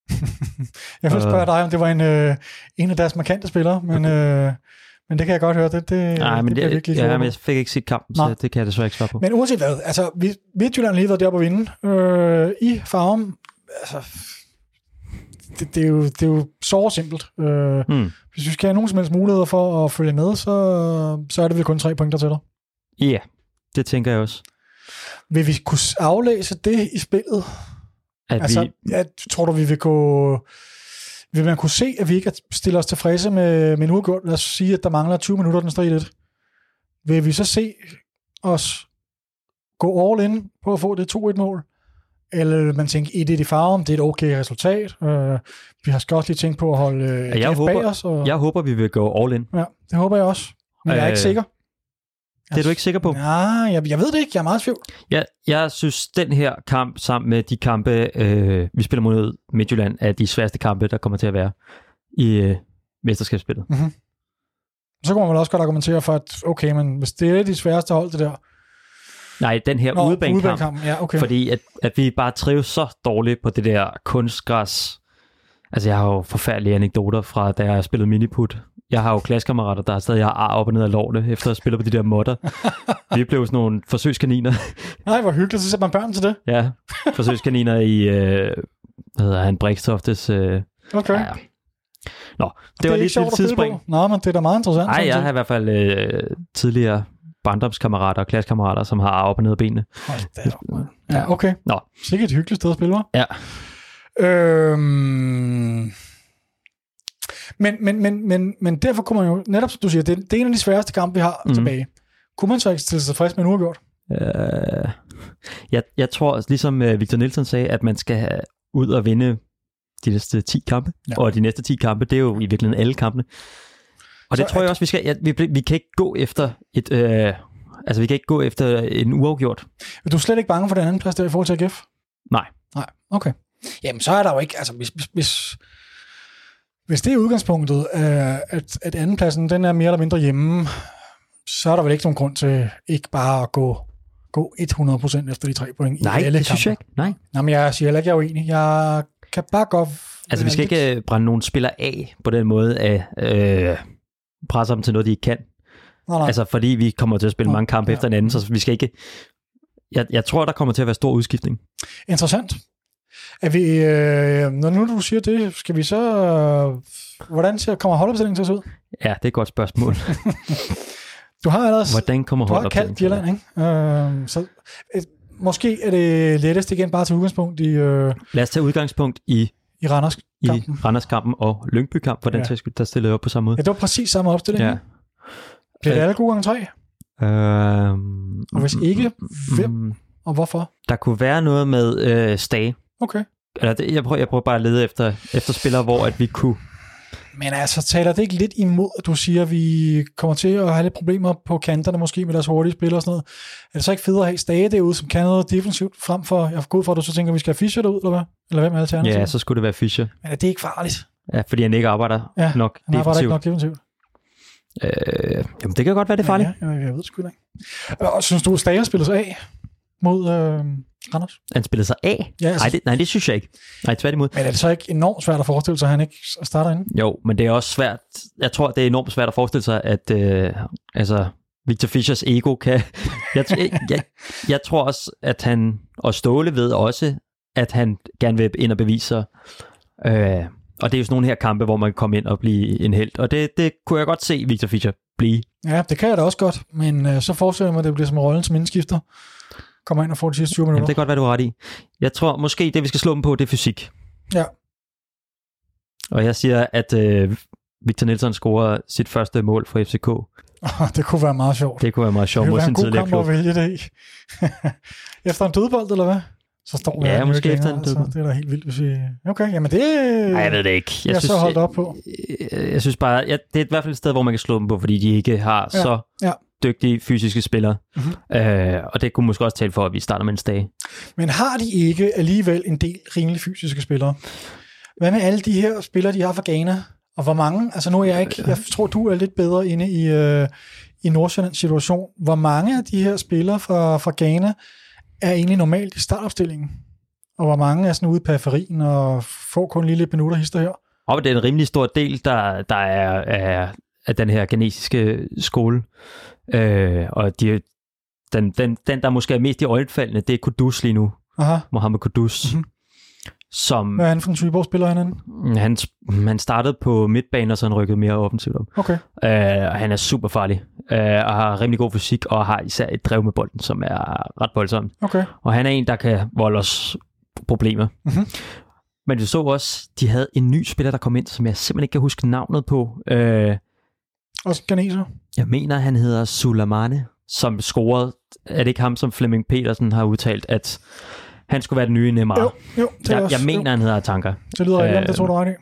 S2: Jeg vil spørge dig, om det var en, øh, en af deres markante spillere, men, øh, men det kan jeg godt høre. Det, det,
S1: Nej, men, det, det, ja, men jeg fik ikke set kampen,
S2: Nej.
S1: så det kan jeg desværre ikke svare på.
S2: Men uanset hvad, altså Midtjylland har lige været der på at vinde øh, i Farum. Altså, det, det, er jo, det er jo så simpelt. Øh, mm. Hvis vi skal have nogen som helst muligheder for at følge med, så, så er det vel kun tre pointer til dig.
S1: Ja, yeah, det tænker jeg også.
S2: Vil vi kunne aflæse det i spillet?
S1: At
S2: altså,
S1: vi...
S2: jeg tror du, vi vil gå... Vil man kunne se, at vi ikke stiller os tilfredse med, med en uafgjort? Lad os sige, at der mangler tyve minutter, den står i det. Vil vi så se os gå all in på at få det to et-mål? Eller vil man tænke, et et i Farum, det er et okay resultat. Uh, vi har også lige tænkt på at holde uh,
S1: jeg håber,
S2: bag os. Og...
S1: Jeg håber, vi vil gå all in.
S2: Ja, det håber jeg også. Men jeg er øh... ikke sikker.
S1: Det er du ikke sikker på?
S2: Nej, jeg, jeg ved det ikke. Jeg er meget tvivl.
S1: Jeg, jeg synes, den her kamp sammen med de kampe, øh, vi spiller mod Midtjylland, er de sværeste kampe, der kommer til at være i øh, mesterskabsspillet.
S2: Mm-hmm. Så kunne man vel også godt argumentere for, at okay, men hvis det er de sværeste hold, det der...
S1: Nej, den her udebanekamp.
S2: Ja, okay.
S1: Fordi at, at vi bare trives så dårligt på det der kunstgræs. Altså, jeg har jo forfærdelige anekdoter fra, da jeg spillede miniput. Jeg har jo klassekammerater, der stadig har ar op og ned af lårene, efter at have spillet på de der modder. Vi blev sådan nogle forsøgskaniner.
S2: Nej, hvor hyggeligt, så sætter man børn til det.
S1: Ja, forsøgskaniner i, øh, hvad hedder han, Brikstoftes... Øh,
S2: okay. Ja.
S1: Nå, det, det var lige et lille tidsspring.
S2: Nå, men det er da meget interessant.
S1: Nej, jeg har i hvert fald øh, tidligere barndomskammerater og klassekammerater, som har ar op og ned af benene.
S2: Hold da, ja, okay. Nå. Sikkert et hyggeligt sted at spille, hva'?
S1: Ja.
S2: Øhm... Men, men, men, men, men derfor kunne man jo, netop som du siger, det, det er en af de sværeste kampe, vi har mm. tilbage. Kunne man så ikke stille sig frisk med en uafgjort?
S1: Øh, jeg, jeg tror, ligesom Victor Nielsen sagde, at man skal have ud og vinde de næste ti kampe. Ja. Og de næste ti kampe, det er jo i virkeligheden alle kampene. Og så det tror jeg også, vi skal. Ja, vi, vi kan ikke gå efter et... Øh, altså, vi kan ikke gå efter en uafgjort.
S2: Er du slet ikke bange for den anden plads der i forhold til A G F?
S1: Nej.
S2: Nej, okay. Jamen, så er der jo ikke... Altså, hvis... hvis Hvis det er udgangspunktet, at, at andenpladsen den er mere eller mindre hjemme, så er der vel ikke nogen grund til ikke bare at gå, gå hundrede procent efter de tre point
S1: Nej,
S2: i alle
S1: det synes jeg ikke. Nej,
S2: Nej, men jeg siger heller ikke, jeg er uenig. Jeg kan bare godt...
S1: Altså, vi skal lidt... ikke brænde nogen spillere af på den måde, at øh, presse dem til noget, de ikke kan. Nej, nej. Altså, fordi vi kommer til at spille nej, mange kampe ja. efter en anden, så vi skal ikke... Jeg, jeg tror, der kommer til at være stor udskiftning.
S2: Interessant. Er vi, øh, når nu du siger det, skal vi så... Øh, hvordan ser, kommer holdopstillingen til at se ud?
S1: Ja, det er et godt spørgsmål.
S2: Du har allerede...
S1: Hvordan kommer
S2: du har kaldt Bjelland, ikke? Øh, så, et, måske er det lettest igen bare til udgangspunkt i... Øh,
S1: Lad os tage udgangspunkt i...
S2: I Randers-kampen.
S1: I Randers-kampen og Lyngby-kamp, for den ja. der stillede op på samme måde.
S2: Ja, det var præcis samme opstilling. Ja. Bliver det alle gode gange tre?
S1: Øhm,
S2: og hvis ikke, hvem mm, og hvorfor?
S1: Der kunne være noget med øh, Stage.
S2: Okay.
S1: Eller det, jeg, prøver, jeg prøver bare at lede efter, efter spillere, hvor at vi kunne...
S2: Men altså, taler det ikke lidt imod, at du siger, at vi kommer til at have lidt problemer på kanterne, måske med deres hurtige spillere og sådan noget? Er det så ikke federe at have Stage derude, som kan noget defensivt, frem for, jeg går ud for, at du så tænker, at vi skal have Fischer derud, eller hvad? Eller hvem er alternativet?
S1: Ja, så skulle det være Fischer.
S2: Men er det ikke farligt?
S1: Ja, fordi han ikke arbejder
S2: ja,
S1: nok
S2: han arbejder ikke nok defensivt.
S1: Øh, jamen, det kan godt være, det er farligt.
S2: Ja, ja, jeg ved sgu ikke. Og synes du, at Stage spiller sig af mod øh, Randers? Han
S1: spiller sig af?
S2: Ja, altså,
S1: nej, det, nej, det synes jeg ikke. Nej, tværtimod.
S2: Men er det så ikke enormt svært at forestille sig, at han ikke starter inde?
S1: Jo, men det er også svært. Jeg tror, det er enormt svært at forestille sig, at øh, altså, Victor Fischers ego kan... jeg, jeg, jeg, jeg tror også, at han... Og Ståle ved også, at han gerne vil ind og bevise sig. Øh, og det er jo sådan nogle her kampe, hvor man kan komme ind og blive en helt. Og det, det kunne jeg godt se Victor Fischer blive.
S2: Ja, det kan jeg da også godt. Men øh, så forestiller jeg mig, at det bliver som rollen som indskifter. Kommer ind og får de sidste tyve minutter.
S1: Jamen, det kan godt være, du har ret i. Jeg tror måske, det vi skal slå dem på, det er fysik.
S2: Ja.
S1: Og jeg siger, at øh, Victor Nilsson scorer sit første mål for F C K.
S2: Det kunne være meget sjovt.
S1: Det kunne være meget sjovt mod sin tidligere klub.
S2: Det kunne være en god kamp at vælge det i. Efter en dødbold, eller hvad? Så står
S1: ja, måske efter en dødbold.
S2: Altså. Det er da helt vildt, hvis vi... Okay, jamen det...
S1: Nej, jeg ved det ikke. Jeg,
S2: jeg
S1: synes,
S2: så holdt op på.
S1: Jeg, jeg, jeg synes bare, ja, det er i hvert fald et sted, hvor man kan slå dem på, fordi de ikke har ja, så ja. dygtige fysiske spillere. Mm-hmm. Øh, og det kunne måske også tale for, at vi starter med en stage.
S2: Men har de ikke alligevel en del rimelig fysiske spillere? Hvad med alle de her spillere, de har fra Ghana? Og hvor mange? Altså nu er jeg ikke... Jeg tror, du er lidt bedre inde i, øh, i Nordsjællands situation. Hvor mange af de her spillere fra, fra Ghana er egentlig normalt i startopstillingen? Og hvor mange er sådan ude i periferien og får kun lige lidt minutter hister her?
S1: Og det er en rimelig stor del, der, der er, er af den her ghanesiske skole. Øh, og de, den, den, den, der måske er mest i øjenfaldende, det er Kudus lige nu.
S2: Aha.
S1: Mohamed Kudus. Mm-hmm. Som,
S2: hvad er han for en type, hvor spiller han?
S1: Han, han startede på midtbanen, og så han rykkede mere offensivt op.
S2: Okay.
S1: Øh, og han er super farlig, øh, og har rimelig god fysik, og har især et drev med bolden, som er ret voldsomt.
S2: Okay.
S1: Og han er en, der kan volde os problemer. Mm-hmm. Men vi så også, de havde en ny spiller, der kom ind, som jeg simpelthen ikke kan huske navnet på. Øh,
S2: også ganeser? Jeg
S1: mener, han hedder Sulamane, som scorede. Er det ikke ham, som Flemming Petersen har udtalt, at han skulle være den nye Neymar?
S2: Jo, jo. Det
S1: jeg,
S2: også,
S1: jeg mener,
S2: jo.
S1: han hedder Tanker.
S2: Det lyder rigtigt, øh, det tror du ret i.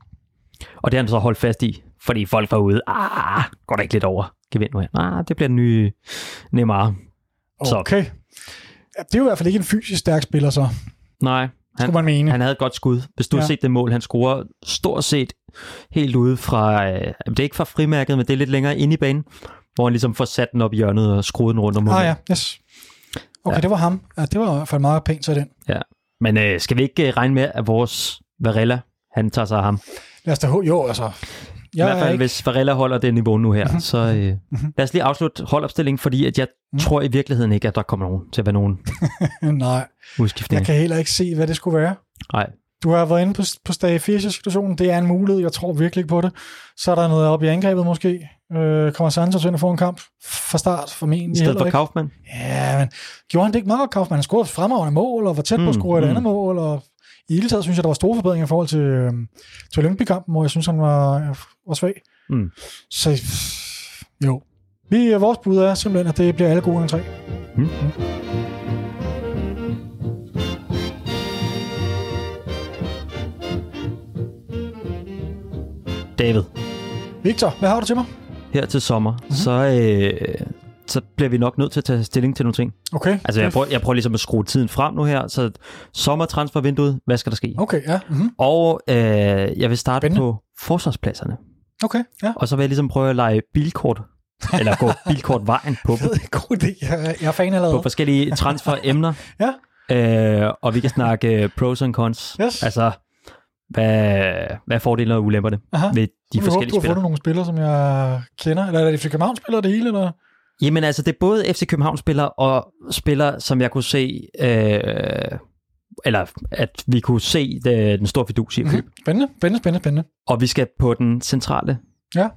S1: Og det har han så holdt fast i, fordi folk var ude. Ah, går der ikke lidt over? Gevind nu her. Ah, det bliver den nye Neymar.
S2: Okay. Så. Ja, det er jo i hvert fald ikke en fysisk stærk spiller, så.
S1: Nej. Han,
S2: man mene.
S1: han havde et godt skud. Hvis du ja. har set det mål, han scorer stort set helt ude fra, øh, det er ikke fra frimærket, men det er lidt længere inde i banen, hvor han ligesom får sat den op i hjørnet og skruet den rundt om målet.
S2: Ah ja, yes. Okay, ja. Det var ham. Ja, det var i hvert fald meget pænt til den.
S1: Ja, men øh, skal vi ikke regne med, at vores Varela, han tager sig af ham?
S2: Lad os da jo, altså.
S1: I hvert fald, ikke... hvis Varela holder det niveau nu her, mm-hmm. så øh, mm-hmm. lad os lige afslutte holdopstillingen, fordi at jeg mm. tror i virkeligheden ikke, at der kommer nogen til at være nogen
S2: Nej,
S1: udskiftning.
S2: Jeg kan heller ikke se, hvad det skulle være.
S1: Nej.
S2: Du har været inde på, på stage fire-situationen. Det er en mulighed. Jeg tror virkelig ikke på det. Så er der noget op i angrebet måske. Øh, kommer Santos ind og får en kamp fra start formentlig.
S1: I stedet for Kaufmann?
S2: Ja, men gjorde han det ikke meget godt, Kaufmann? Han scorede fremragende mål, og var tæt på at score mm, et andet mm. mål, og i hele taget synes jeg, der var store forbedringer i forhold til, øh, til Olympikampen, hvor jeg synes, han var, var svag. Mm. Så jo. Vi, vores bud er simpelthen, at det bliver alle gode under tre. Mm. Mm.
S1: David.
S2: Victor, hvad har du til mig?
S1: Her til sommer, mm-hmm. så, øh, så bliver vi nok nødt til at tage stilling til nogle ting.
S2: Okay.
S1: Altså, jeg prøver, jeg prøver ligesom at skrue tiden frem nu her. Så sommertransfervinduet, hvad skal der ske?
S2: Okay, ja. Mm-hmm.
S1: Og øh, jeg vil starte
S2: Spændende.
S1: på forsvarspladserne.
S2: Okay, ja.
S1: Og så vil jeg ligesom prøve at lege bilkort, eller gå bilkortvejen på dem.
S2: God idé. Jeg er fan allerede.
S1: På forskellige transferemner.
S2: Ja.
S1: Øh, og vi kan snakke pros and cons.
S2: Yes.
S1: Altså, hvad, hvad er fordelen og ulemperne
S2: Aha.
S1: ved de
S2: jeg
S1: forskellige
S2: håber, du har
S1: spillere?
S2: fundet nogle spillere, som jeg kender. Eller er det F C København-spillere det hele? Eller?
S1: Jamen altså, det er både F C København-spillere og spillere, som jeg kunne se, øh, eller at vi kunne se det, den store fidus i at købe.
S2: Mm-hmm. Spændende, spændende, spændende, spændende.
S1: Og vi skal på den centrale,
S2: ja.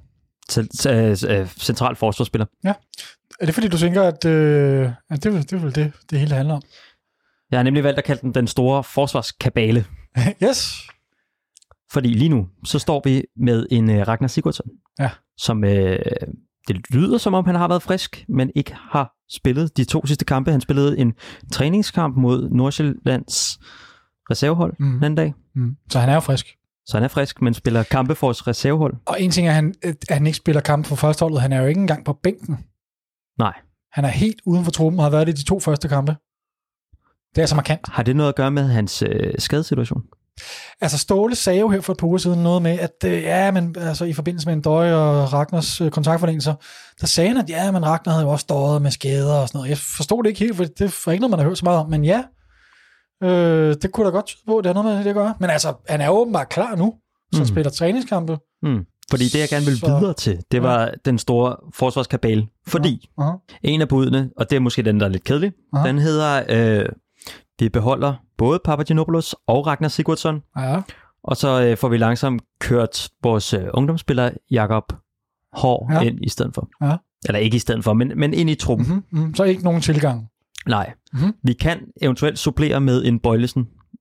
S1: central forsvarsspiller.
S2: Ja. Er det fordi, du tænker, at, øh, at det, det er vel det, det hele handler om?
S1: Jeg har nemlig valgt at kalde den den store forsvarskabale.
S2: Yes.
S1: Fordi lige nu, så står vi med en uh, Ragnar Sigurdsson,
S2: ja.
S1: som øh, det lyder som om, han har været frisk, men ikke har spillet de to sidste kampe. Han spillede en træningskamp mod Nordsjællands reservehold mm. den anden dag.
S2: Mm. Så han er jo frisk.
S1: Så han er frisk, men spiller kampe for vores reservehold.
S2: Og en ting er, at han, at han ikke spiller kampe for førsteholdet. Han er jo ikke engang på bænken.
S1: Nej.
S2: Han er helt uden for truppen og har været det i de to første kampe. Det er så markant.
S1: Har det noget at gøre med hans øh, skadesituation?
S2: Altså Ståle sagde jo her for et par uger siden noget med, at øh, ja, men altså i forbindelse med en døje og Ragnars øh, kontaktforlængelser, der sagde han, at ja, men Ragnar havde jo også døjet med skader og sådan noget. Jeg forstod det ikke helt, for det er ikke noget, man har hørt så meget om, men ja, øh, det kunne da godt tyde på, det er noget med det at gøre. Men altså, han er åbenbart klar nu, så mm. spiller træningskampe.
S1: Mm. Fordi det, jeg gerne vil så, videre til, det var ja. den store forsvarskabale. Fordi uh-huh. Uh-huh. en af budene, og det er måske den, der er lidt kedelig, uh-huh. den hedder, øh, vi beholder både Papagiannopoulos og Ragnar Sigurdsson,
S2: ja.
S1: og så øh, får vi langsomt kørt vores øh, ungdomsspiller Jakob Hår ja. ind i stedet for.
S2: Ja.
S1: Eller ikke i stedet for, men, men ind i truppen.
S2: Mm-hmm. Mm-hmm. Så ikke nogen tilgang?
S1: Nej. Mm-hmm. Vi kan eventuelt supplere med en Bøjlesen,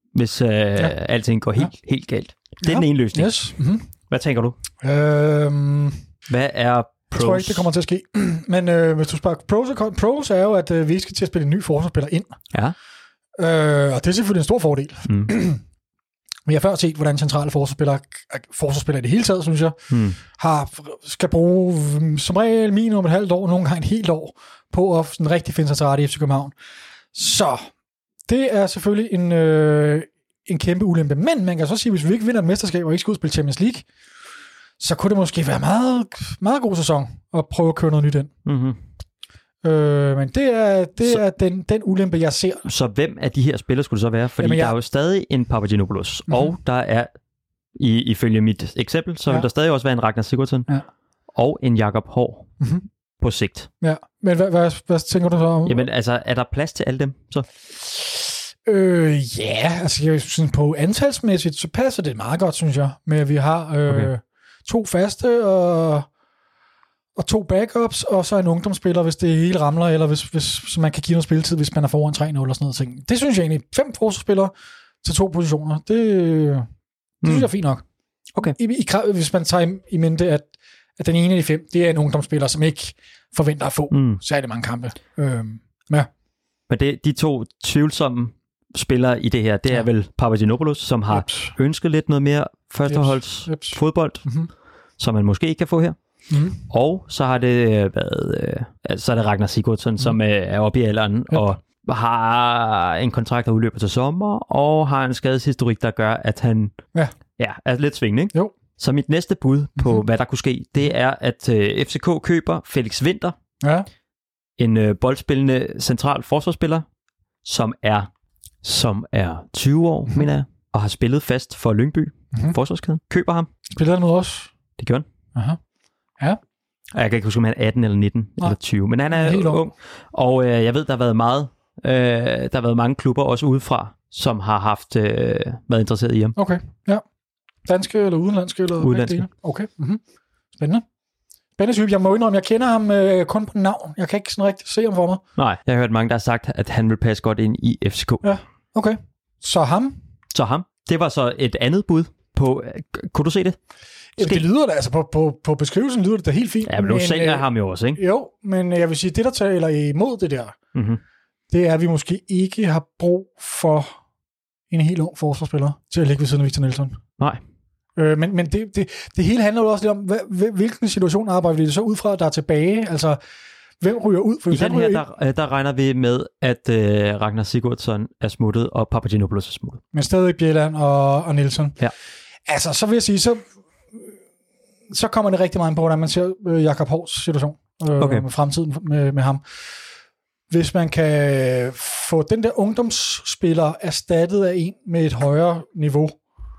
S1: hvis øh, ja. alting går helt, ja. helt galt. Det er ja. den ene løsning.
S2: Yes. Mm-hmm.
S1: Hvad tænker du?
S2: Øhm,
S1: Hvad er pros?
S2: Jeg tror ikke, det kommer til at ske. Men øh, hvis du spørger pros, pros er jo, at øh, vi ikke skal til at spille en ny forsvarsspiller ind.
S1: Ja.
S2: Øh, og det er selvfølgelig en stor fordel. Mm. Vi har før set, hvordan centrale forsvarsspillere, forsvarsspillere i det hele taget, synes jeg, mm. har, skal bruge som regel minimum et halvt år, nogle gange et helt år, på at sådan rigtig finde sig til rette i F C København. Så det er selvfølgelig en, øh, en kæmpe ulempe. Men man kan så sige, hvis vi ikke vinder et mesterskab og ikke skal ud og spille Champions League, så kunne det måske være meget, meget god sæson at prøve at køre noget nyt ind. Mm-hmm. Øh, men det er, det så, er den, den ulempe, jeg ser.
S1: Så hvem af de her spillere skulle det så være? Fordi Jamen, jeg... der er jo stadig en Papagiannopoulos, mm-hmm. og der er, i, ifølge mit eksempel, så ja. vil der stadig også være en Ragnar Sigurdsson, ja. og en Jakob Haahr mm-hmm. på sigt.
S2: Ja, men hvad, hvad, hvad tænker du så om?
S1: Jamen altså, er der plads til alle dem så?
S2: Øh, ja, altså jeg synes, på antalsmæssigt, så passer det meget godt, synes jeg, med at vi har øh, okay. to faste og... og to backups, og så en ungdomsspiller, hvis det hele ramler, eller hvis, hvis så man kan give noget spilletid, hvis man er foran tre nul og sådan noget ting. Det synes jeg egentlig. Fem forsvarsspillere til to positioner, det, det mm. synes jeg er fint nok.
S1: Okay.
S2: I, i, hvis man tager i, i mente, at, at den ene af de fem, det er en ungdomsspiller, som ikke forventer at få mm. særlig mange kampe. Øhm, ja.
S1: Men det, de to tvivlsomme spillere i det her, det er ja. vel Papagiannopoulos, som har Jeps. ønsket lidt noget mere førsteholds Jeps. Jeps. fodbold, mm-hmm. som man måske ikke kan få her. Mm. Og så har det været øh, altså, så er det Ragnar Sigurdsson, mm. som øh, er oppe i alderen yep. og har en kontrakt, der udløber til sommer, og har en skadeshistorik, der gør, at han ja. Ja, er lidt svingende. Ikke? Jo. Så mit næste bud på, mm-hmm. hvad der kunne ske, det er, at øh, F C K køber Felix Winther, ja. en øh, boldspillende central forsvarsspiller, som er som er tyve år, mm-hmm. mener jeg, og har spillet fast for Lyngby, mm-hmm. forsvarskæden. Køber ham.
S2: Spiller han med os?
S1: Det gjorde han.
S2: Aha. Ja.
S1: Jeg kan ikke huske, om han er atten eller nitten Nej. eller tyve, men han er helt ung. Og øh, jeg ved, der har været meget, øh, der har været mange klubber også udefra, som har haft øh, været interesseret i ham.
S2: Okay, ja. Danske eller udenlandske? Eller
S1: udenlandske.
S2: Okay, mm-hmm. Spændende. Spændende type. Jeg må indrømme, jeg kender ham øh, kun på navn. Jeg kan ikke sådan rigtig se ham for mig.
S1: Nej, jeg har hørt mange, der har sagt, at han vil passe godt ind i F C K.
S2: Ja, okay. Så ham?
S1: Så ham. Det var så et andet bud på... Kunne du se det?
S2: Jamen, det lyder da, altså på, på, på beskrivelsen lyder det da helt fint.
S1: Ja, men nu ser jeg ham jo også, ikke?
S2: Jo, men jeg vil sige, det der taler imod det der, mm-hmm. det er, at vi måske ikke har brug for en helt ung forsvarsspiller til at ligge ved siden af Victor Nilsson.
S1: Nej.
S2: Øh, men men det, det, det hele handler jo også lidt om, hvad, hvilken situation arbejder vi det så ud fra, der er tilbage? Altså, hvem ryger ud? For
S1: I den her, der, der regner vi med, at øh, Ragnar Sigurdsson er smuttet, og Papagiannopoulos er smuttet.
S2: Men stadig Bjelland og, og Nilsson.
S1: Ja.
S2: Altså, så vil jeg sige, så... så kommer det rigtig meget på, hvordan man ser øh, Jakob Haars situation øh, okay. med fremtiden med, med ham. Hvis man kan få den der ungdomsspiller erstattet af en med et højere niveau,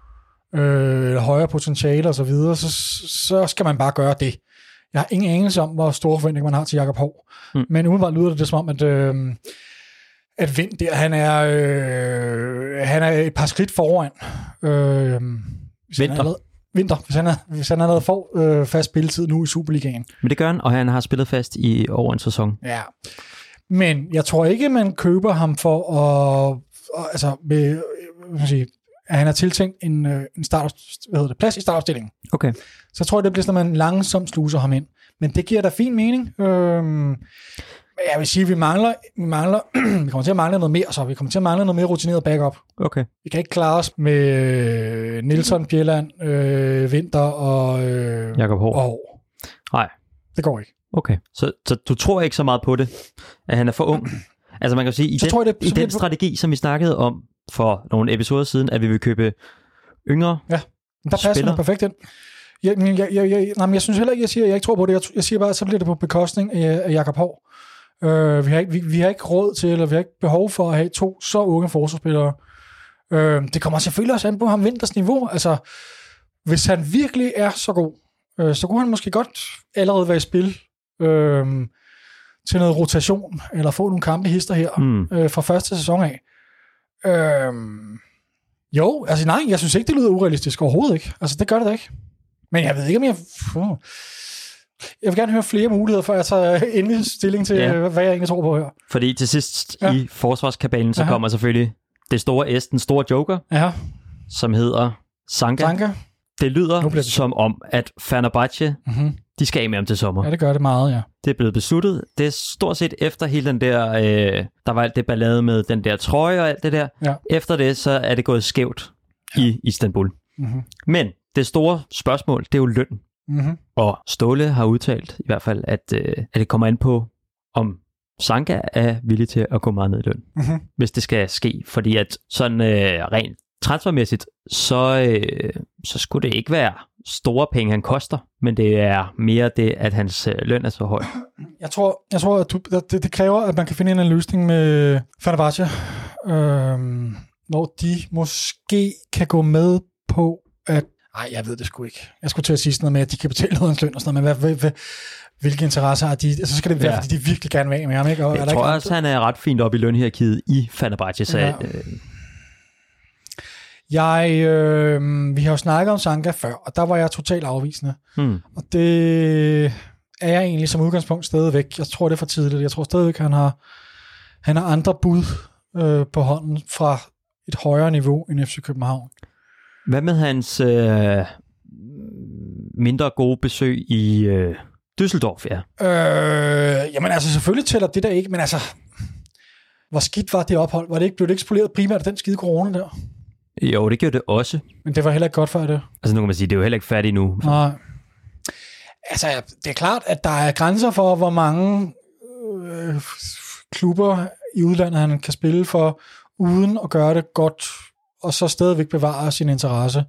S2: øh, højere potentiale og så videre, så, så skal man bare gøre det. Jeg har ingen anelse om, hvor store forventninger man har til Jakob Haar. Mm. Men umiddelbart lyder det, det som om, at, øh, at Vind der, han er, øh, han er et par skridt foran. Øh,
S1: Vinter.
S2: Vinter, hvis han, er, hvis han allerede får øh, fast spilletid nu i Superligaen.
S1: Men det gør han, og han har spillet fast i over en sæson.
S2: Ja, men jeg tror ikke, man køber ham for at, altså, med, hvad sige, at han har tiltænkt en, en start, hvad hedder det, plads i startopstillingen.
S1: Okay.
S2: Så tror jeg, det bliver sådan, at man langsomt sluser ham ind. Men det giver da fin mening. Øhm, jeg vil sige, at vi mangler, vi mangler, vi kommer til at mangle noget mere, så vi kommer til at mangle noget mere rutineret backup.
S1: Okay.
S2: Vi kan ikke klare os med øh, Nilsson, Bjelland, øh, Vinter og øh,
S1: Jakob Haahr. Nej.
S2: Det går ikke.
S1: Okay, så, så du tror ikke så meget på det, at han er for ung? Altså man kan sige, i så den, tror jeg, det, i den strategi, som vi snakkede om for nogle episoder siden, at vi vil købe yngre
S2: ja, der passer spillere. Det perfekt ind. Jeg, jeg, jeg, jeg, nej, men jeg synes heller ikke, jeg siger, jeg ikke tror på det. Jeg, jeg siger bare, at så bliver det på bekostning af, af Jakob Haahr. Uh, vi, har ikke, vi, vi har ikke råd til, eller vi har ikke behov for at have to så unge forsvarsspillere. Uh, det kommer selvfølgelig også an på ham Vinters niveau. Altså, hvis han virkelig er så god, uh, så kunne han måske godt allerede være i spil uh, til noget rotation, eller få nogle kampe hister her mm. uh, fra første sæson af. Uh, jo, altså nej, jeg synes ikke, det lyder urealistisk overhovedet ikke. Altså, det gør det da ikke. Men jeg ved ikke, om jeg... Uh, Jeg vil gerne høre flere muligheder, før jeg tager endelig stilling til, ja. hvad jeg egentlig tror på her.
S1: Fordi til sidst ja. i forsvarskabalen, så Aha. kommer selvfølgelig det store S, den store joker,
S2: ja.
S1: som hedder Sanka.
S2: Sanka.
S1: Det lyder
S2: det
S1: som om, at Fenerbahce,
S2: mm-hmm.
S1: de skal af med ham til sommer.
S2: Ja, det gør det meget, ja.
S1: Det er blevet besluttet. Det er stort set efter hele den der, øh, der var alt det ballade med den der trøje og alt det der.
S2: Ja.
S1: Efter det, så er det gået skævt ja. i Istanbul.
S2: Mm-hmm.
S1: Men det store spørgsmål, det er jo løn.
S2: Mm-hmm.
S1: Og Ståle har udtalt i hvert fald, at, øh, at det kommer an på, om Sanka er villig til at gå meget ned i løn,
S2: mm-hmm.
S1: hvis det skal ske. Fordi at sådan øh, rent transfermæssigt, så, øh, så skulle det ikke være store penge, han koster, men det er mere det, at hans øh, løn er så høj.
S2: Jeg tror, jeg tror at du, det, det kræver, at man kan finde en løsning med Fenerbahce, øh, hvor de måske kan gå med på, at nej, jeg ved det sgu ikke. Jeg skulle til at sige sådan noget med, at de kan betale noget af løn og sådan noget, men hvad, hvad, hvilke interesser har de? Så skal det være, ja. fordi de virkelig gerne vil af med ham, ikke? Og
S1: jeg
S2: er der
S1: tror
S2: ikke
S1: også, han er ret fint oppe i lønhierarkiet i Fenerbahce, så...
S2: Ja.
S1: Øh,
S2: Jeg, øh, vi har jo snakket om Sanka før, og der var jeg totalt afvisende.
S1: hmm.
S2: Og det er jeg egentlig som udgangspunkt stadigvæk. Jeg tror, det er for tidligt. Jeg tror stadigvæk, han har, han har andre bud øh, på hånden fra et højere niveau end F C København.
S1: Hvad med hans øh, mindre gode besøg i øh, Düsseldorf, ja?
S2: Øh, jamen altså, selvfølgelig tæller det der ikke, men altså, hvor skidt var det ophold? Var det ikke, blev det ikke spoleret primært af den skide corona der?
S1: Jo, det gjorde det også.
S2: Men det var heller ikke godt for det.
S1: Altså nu kan man sige, det er jo heller ikke færdigt nu.
S2: Nej. Altså, det er klart, at der er grænser for, hvor mange øh, klubber i udlandet, han kan spille for, uden at gøre det godt, og så stadigvæk bevare sin interesse.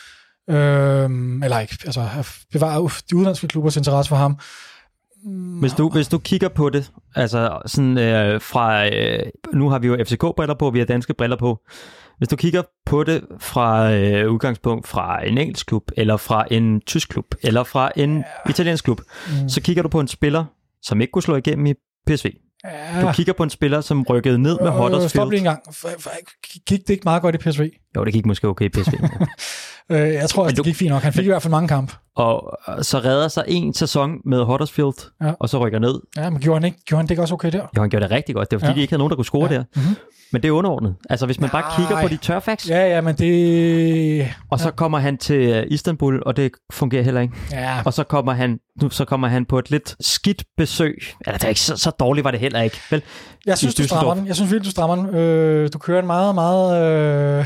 S2: Øh, eller ikke, altså bevare de udenlandske klubbers interesse for ham.
S1: Hvis du, hvis du kigger på det, altså sådan øh, fra, øh, nu har vi jo F C K-briller på, vi har danske briller på. Hvis du kigger på det fra øh, udgangspunkt fra en engelsk klub, eller fra en tysk klub, eller fra en ja. italiensk klub, mm. så kigger du på en spiller, som ikke kunne slå igennem i P S V. Ja. Du kigger på en spiller, som rykkede ned med Huddersfield. Øh,
S2: stop lige en gang. Gik det ikke meget godt i P S V?
S1: Jo, det gik måske okay i P S V.
S2: Ja. øh, jeg tror, at det du... gik fint nok. Han fik i hvert fald mange kampe.
S1: Og så redder sig en sæson med Huddersfield, ja. og så rykker ned.
S2: Ja, men gjorde han, ikke, gjorde han det ikke også okay der?
S1: Jo, han gjorde det rigtig godt. Det var fordi, ja. de ikke havde nogen, der kunne score ja. der. Mm-hmm. Men det er underordnet. Altså, hvis man Nej. bare kigger på de tørfacts.
S2: Ja, ja, men det...
S1: Og så ja. kommer han til Istanbul, og det fungerer heller ikke.
S2: Ja.
S1: Og så kommer han, nu, så kommer han på et lidt skidt besøg. Eller det er ikke så, så dårligt var det heller ikke. Vel?
S2: Jeg synes, du strammer den. Jeg synes virkelig, du strammer den. Øh, du kører en meget, meget øh,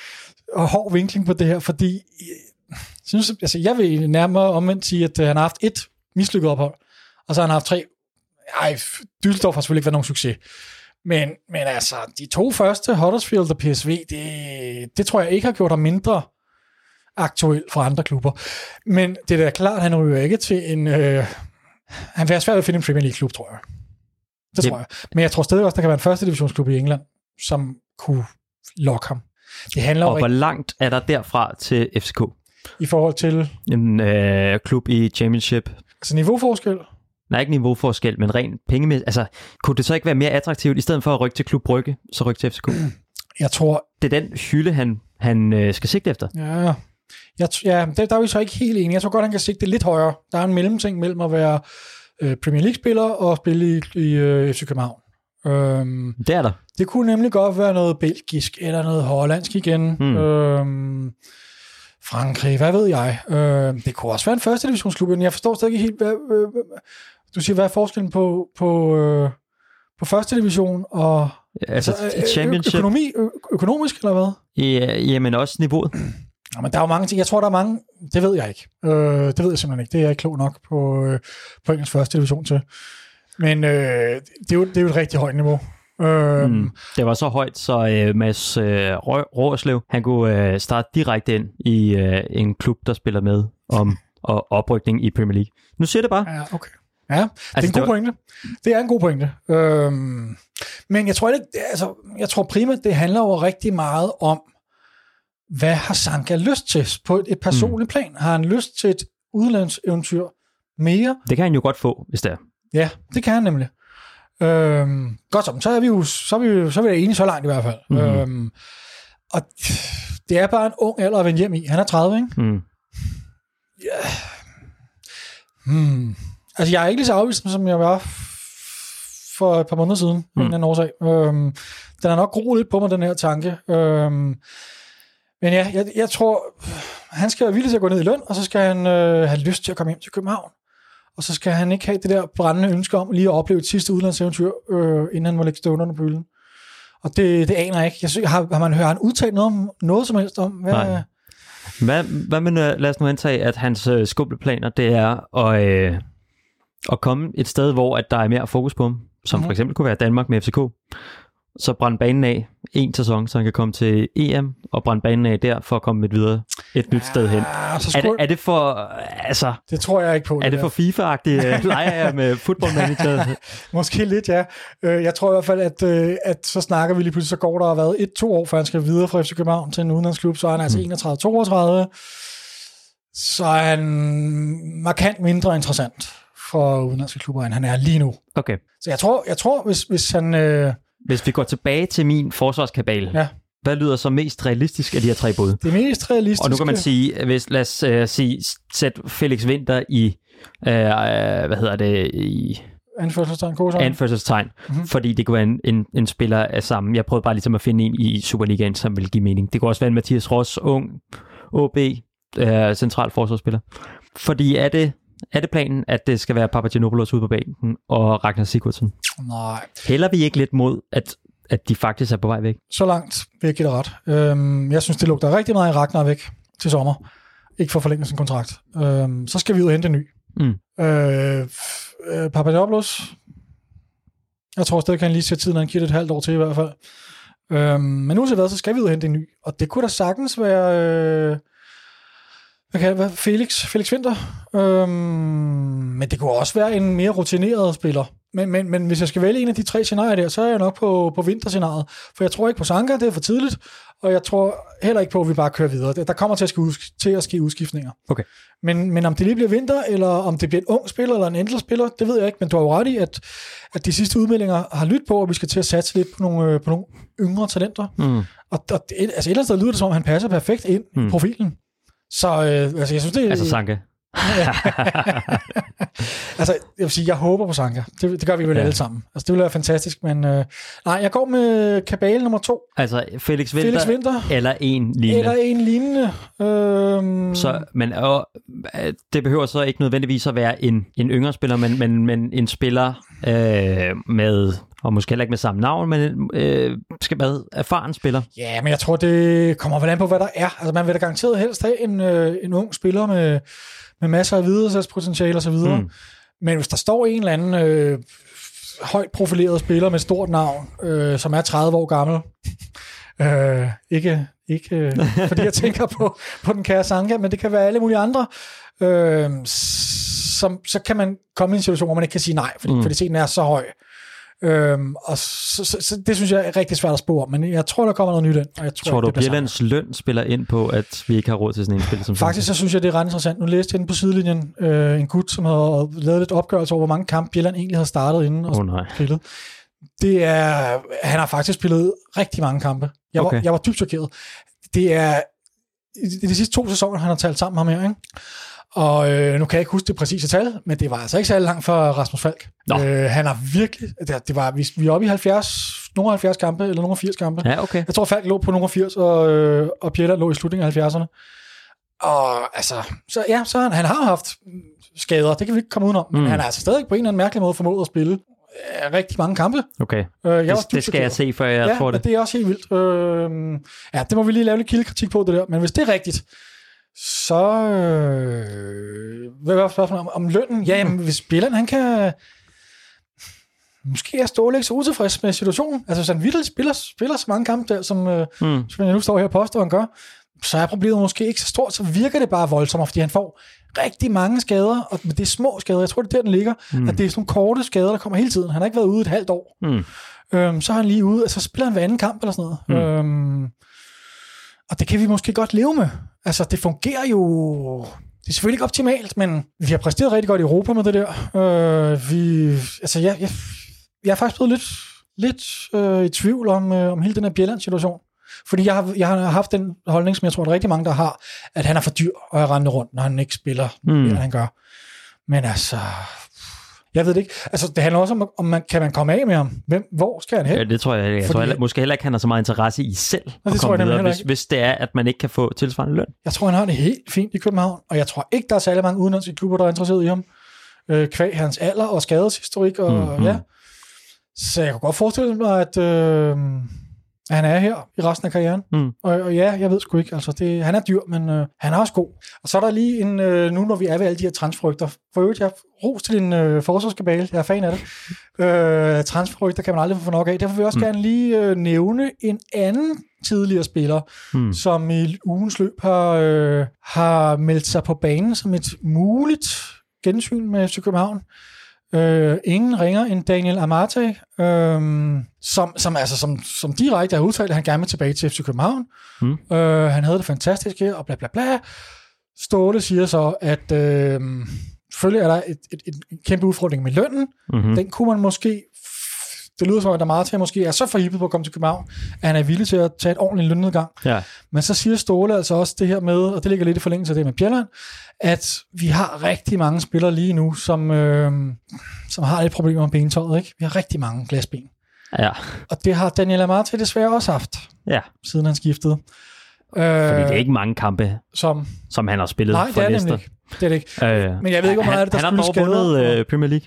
S2: hård vinkling på det her, fordi synes, altså, jeg vil nærmere omvendt sige, at han har haft et mislykket ophold, og så har han haft tre. Ej, Düsseldorf har selvfølgelig ikke været nogen succes. Men, men altså, de to første, Huddersfield og P S V, det, det tror jeg ikke har gjort ham mindre aktuel for andre klubber. Men det er da klart, han ryger ikke til en... Øh, han vil have svært at finde en Premier League-klub, tror jeg. Det yep. tror jeg. Men jeg tror stadig også, der kan være en første divisionsklub i England, som kunne lokke ham. Det handler
S1: og hvor ikke... langt er der derfra til F C K?
S2: I forhold til...
S1: En øh, klub i Championship.
S2: Altså niveauforskel?
S1: Nej, ikke niveauforskel, men rent pengemæssigt. Altså, kunne det så ikke være mere attraktivt, i stedet for at rykke til Klub Brygge, så rykke til F C K?
S2: Jeg tror...
S1: Det er den hylde, han, han øh, skal sigte efter.
S2: Ja, jeg, ja der, der er vi så ikke helt enige. Jeg tror godt, han kan sigte lidt højere. Der er en mellemting mellem at være øh, Premier League-spiller og spille i, i øh, F C København. Øhm,
S1: det er der.
S2: Det kunne nemlig godt være noget belgisk, eller noget hollandsk igen. Hmm. Øhm, Frankrig, hvad ved jeg. Øh, det kunne også være en første divisionsklub, men jeg forstår stadig ikke helt, hvad, øh, du siger, hvad er forskellen på, på, øh, på første division og
S1: altså, altså, championship.
S2: Økonomi, ø- økonomisk, eller hvad?
S1: Ja, jamen også niveauet.
S2: Ja, men der er jo mange ting. Jeg tror, der er mange, det ved jeg ikke. Øh, det ved jeg simpelthen ikke. Det er jeg ikke klog nok på, øh, på engelsk første division til. Men øh, det, er jo, det er jo et rigtig højt niveau. Øh,
S1: mm, det var så højt, så øh, Mads øh, Råerslev, han kunne øh, starte direkte ind i øh, en klub, der spiller med om og oprykning i Premier League. Nu siger det bare.
S2: Ja, okay. Ja, det er altså, en god var... pointe. Det er en god pointe. Øhm, men jeg tror ikke, altså, jeg tror primært, det handler jo rigtig meget om, hvad har Sanka lyst til på et, et personligt mm. plan? Har han lyst til et udlandseventyr mere?
S1: Det kan han jo godt få, hvis det er.
S2: Ja, det kan han nemlig. Øhm, godt så, så er vi jo så er vi, jo, så er vi enige så langt i hvert fald. Mm. Øhm, og det er bare en ung alder at vende hjem i. Han er tredive, ikke?
S1: Mm.
S2: Ja. Hmm. Altså, jeg er ikke lige så afvist, som jeg var for et par måneder siden, mm. en eller anden årsag. Øhm, den har nok groet lidt på mig, den her tanke. Øhm, men ja, jeg, jeg tror, han skal være villig til at gå ned i løn, og så skal han øh, have lyst til at komme hjem til København. Og så skal han ikke have det der brændende ønske om lige at opleve et sidste udlandseventyr, øh, inden han må lægge støvlerne på hylden. Og det, det aner jeg ikke. Jeg synes, har, har man hørt han udtalt noget om noget som helst om? Hvad,
S1: Nej. Hvad, hvad med, lad os nu antage, at hans øh, skumleplaner, det er at, øh, at komme et sted, hvor at der er mere fokus på ham, som mm-hmm. for eksempel kunne være Danmark med F C K. Så brænde banen af en sæson, så han kan komme til E M og brænde banen af der for at komme et videre et nyt ja, sted hen. Er det, er det for altså?
S2: Det tror jeg ikke på.
S1: Er det, det for FIFA-agtigt leger jeg med Football Manager?
S2: Måske lidt, ja. Jeg tror i hvert fald, at, at så snakker vi lige pludselig, så går der har været et to år, før han skal videre fra F C København til en udenlandsklub, så er han altså mm. enogtredive toogtredive. Så er han markant mindre interessant for udenlandske klubber, end han er lige nu.
S1: Okay.
S2: Så jeg tror, jeg tror hvis, hvis han... Øh,
S1: Hvis vi går tilbage til min forsvarskabale, ja. Hvad lyder så mest realistisk af de her tre bud?
S2: Det mest realistiske...
S1: Og nu kan man sige, hvis, lad os uh, sige, sæt Felix Winther i, uh, hvad hedder det, i...
S2: Anførselstegn, kodstegn.
S1: Anførselstegn, mm-hmm. fordi det kunne være en, en, en spiller af sammen. Jeg prøvede bare ligesom at finde en i Superligaen, som vil give mening. Det kunne også være en Mathias Ross, ung, O B, uh, central forsvarsspiller. Fordi er det... Er det planen, at det skal være Papagiannopoulos ude på banen og Ragnar Sigurdsson?
S2: Nej.
S1: Hælder vi ikke lidt mod, at, at de faktisk er på vej væk?
S2: Så langt vil jeg give dig ret. Øhm, jeg synes, det lugter rigtig meget i Ragnar væk til sommer. Ikke for at forlænge sin kontrakt. Øhm, så skal vi ud og hente en ny. Mm. Øh, øh, Papagiannopoulos, jeg tror stadig, kan lige sætte tiden, han giver det et halvt år til i hvert fald. Øhm, men nu så skal vi ud og hente en ny. Og det kunne da sagtens være... Øh, Hvad kan det være? Felix, Felix Winther. Øhm, men det kunne også være en mere rutineret spiller. Men, men, men hvis jeg skal vælge en af de tre scenarier der, så er jeg nok på, på Winther-scenariet. For jeg tror ikke på Sanka, det er for tidligt. Og jeg tror heller ikke på, at vi bare kører videre. Der kommer til at ske, til at ske udskiftninger.
S1: Okay.
S2: Men, men om det lige bliver Winther, eller om det bliver en ung spiller, eller en ældre spiller, det ved jeg ikke. Men du har jo ret i, at, at de sidste udmeldinger har lyttet på, at vi skal til at satse lidt på nogle, på nogle yngre talenter. Mm. Og, og det, altså et eller andet sted lyder det som, at han passer perfekt ind mm. i profilen. Så øh, altså, jeg synes, det...
S1: Altså Sanka.
S2: altså, jeg vil sige, jeg håber på Sanka. Det, det gør vi vel ja. alle sammen. Altså, det vil være fantastisk, men... Øh, nej, jeg går med kabale nummer to.
S1: Altså, Felix Winther,
S2: Felix Winther
S1: eller en lignende.
S2: Eller en lignende. Øhm...
S1: Så, men og, det behøver så ikke nødvendigvis at være en, en yngre spiller, men, men, men en spiller øh, med... Og måske heller ikke med samme navn, men øh, skal være erfaren spiller.
S2: Ja, men jeg tror, det kommer vel an på, hvad der er. Altså, man vil da garanteret helst have en, øh, en ung spiller med, med masser af videresatspotentiale og så videre. Mm. Men hvis der står en eller anden øh, højt profileret spiller med stort navn, øh, som er tredive år gammel, øh, ikke, ikke øh, fordi jeg tænker på, på den kære Sanka, men det kan være alle mulige andre, øh, som, så kan man komme i en situation, hvor man ikke kan sige nej, fordi mm. kvaliteten er så høj. Øhm, og så, så, så det synes jeg er rigtig svært at spore, men jeg tror, der kommer noget nyt ind. Og jeg tror,
S1: tror du, Bjellands løn spiller ind på, at vi ikke har råd til sådan en spil? Som
S2: Faktisk så synes jeg, det er ret interessant. Nu læste jeg inde på sidelinjen øh, en gut, som havde lavet lidt opgørelse over, hvor mange kampe Bjelland egentlig havde startet inden og
S1: oh,
S2: spillet. Det er, han har faktisk spillet rigtig mange kampe. Jeg var, okay. jeg var dybt chokeret. Det er de, de sidste to sæsoner, han har talt sammen ham her, ikke? Og øh, nu kan jeg ikke huske det præcise tal, men det var altså ikke særlig langt for Rasmus Falk. Øh, han har virkelig, det, det var, vi, vi er oppe i halvfjerds, nogle halvfjerds kampe, eller nogle firs kampe.
S1: Ja, okay.
S2: Jeg tror, Falk lå på nogle firs, og, øh, og Bjelland lå i slutningen af halvfjerdserne. Og altså, så ja, så han, han har haft skader, det kan vi ikke komme udenom, mm. men han er altså stadig på en eller anden mærkelig måde formået at spille øh, rigtig mange kampe.
S1: Okay, øh, jeg det, det skal jeg se, før jeg
S2: ja,
S1: tror det.
S2: Ja, det er også helt vildt. Øh, ja, det må vi lige lave lidt kildekritik på det der, men hvis det er rigtigt, så øh, hvad var spørgsmålet om, om lønnen? Ja, jamen, hvis Bjelland, han kan måske er Ståle ikke så utilfreds med situationen. Altså, hvis han virkelig spiller, spiller så mange kampe der, som, øh, mm. som jeg nu står her og påstår, han gør, så er problemet måske ikke så stort, så virker det bare voldsomt, fordi han får rigtig mange skader, og det er små skader. Jeg tror, det er der, den ligger, mm. at det er sådan nogle korte skader, der kommer hele tiden. Han har ikke været ude et halvt år. Mm. Øhm, så er han lige ude, og så spiller han hver anden kamp eller sådan noget. Mm. Øhm, og det kan vi måske godt leve med. Altså, det fungerer jo... Det er selvfølgelig ikke optimalt, men vi har præsteret rigtig godt i Europa med det der. Øh, vi... Altså, jeg, jeg, jeg er faktisk blevet lidt, lidt øh, i tvivl om, øh, om hele den her Bjelland-situation. Fordi jeg har, jeg har haft den holdning, som jeg tror, der er rigtig mange, der har, at han er for dyr at have rendt rundt, når han ikke spiller, mm. eller han gør. Men altså... Jeg ved det ikke. Altså, det handler også om, om man, kan man komme af med ham? Hvem, hvor skal han hen?
S1: Ja, det tror jeg. Jeg Fordi, tror heller, måske heller ikke, han har så meget interesse i selv
S2: det
S1: at
S2: tror
S1: komme
S2: jeg
S1: videre, hvis,
S2: ikke.
S1: hvis det er, at man ikke kan få tilsvarende løn.
S2: Jeg tror, han har det helt fint i København, og jeg tror ikke, der er særlig mange udenlandske klubber, der er interesseret i ham. Øh, kvæg hans alder og skadeshistorik, og mm-hmm. ja. Så jeg kan godt forestille mig, at, øh, at han er her i resten af karrieren. Mm. Og, og ja, jeg ved sgu ikke. Altså, det, han er dyr, men øh, han er også god. Og så er der lige en, øh, nu når vi er ved alle de her transferrygter. For øvrigt, jeg ros til din øh, forsvarskabale. Jeg er fan af det. Øh, transferrygter kan man aldrig få nok af. Derfor vil jeg også mm. gerne lige øh, nævne en anden tidligere spiller, mm. som i ugens løb har, øh, har meldt sig på banen som et muligt gensyn med F C København. Øh, ingen ringer end Daniel Amate, øh, som, som, altså, som, som direkte har udtalt, at han gerne vil tilbage til F C København. Mm. Øh, han havde det fantastisk her, og bla bla bla. Ståle siger så, at øh, selvfølgelig er der et, et, et, et kæmpe udfordring med lønnen. Mm-hmm. Den kunne man måske, det lyder som, at Amate måske er så forhippet på at komme til København, at han er villig til at tage et ordentligt lønnedgang. Ja. Men så siger Ståle altså også det her med, og det ligger lidt i forlængelse af det med Bjelland, at vi har rigtig mange spillere lige nu, som, øh, som har lidt problemer med bentøjet, ikke? Vi har rigtig mange glasben. Ja. Og det har Daniel Amate desværre også haft, ja. Siden han skiftede.
S1: Fordi det er ikke mange kampe, som, som han har spillet
S2: nej,
S1: for
S2: det er
S1: Leicester.
S2: Ikke. Det er det ikke. Øh, Men jeg ved ikke, hvor meget
S1: han,
S2: af det, der
S1: skyldes skader. Han har dog vundet uh, Premier League.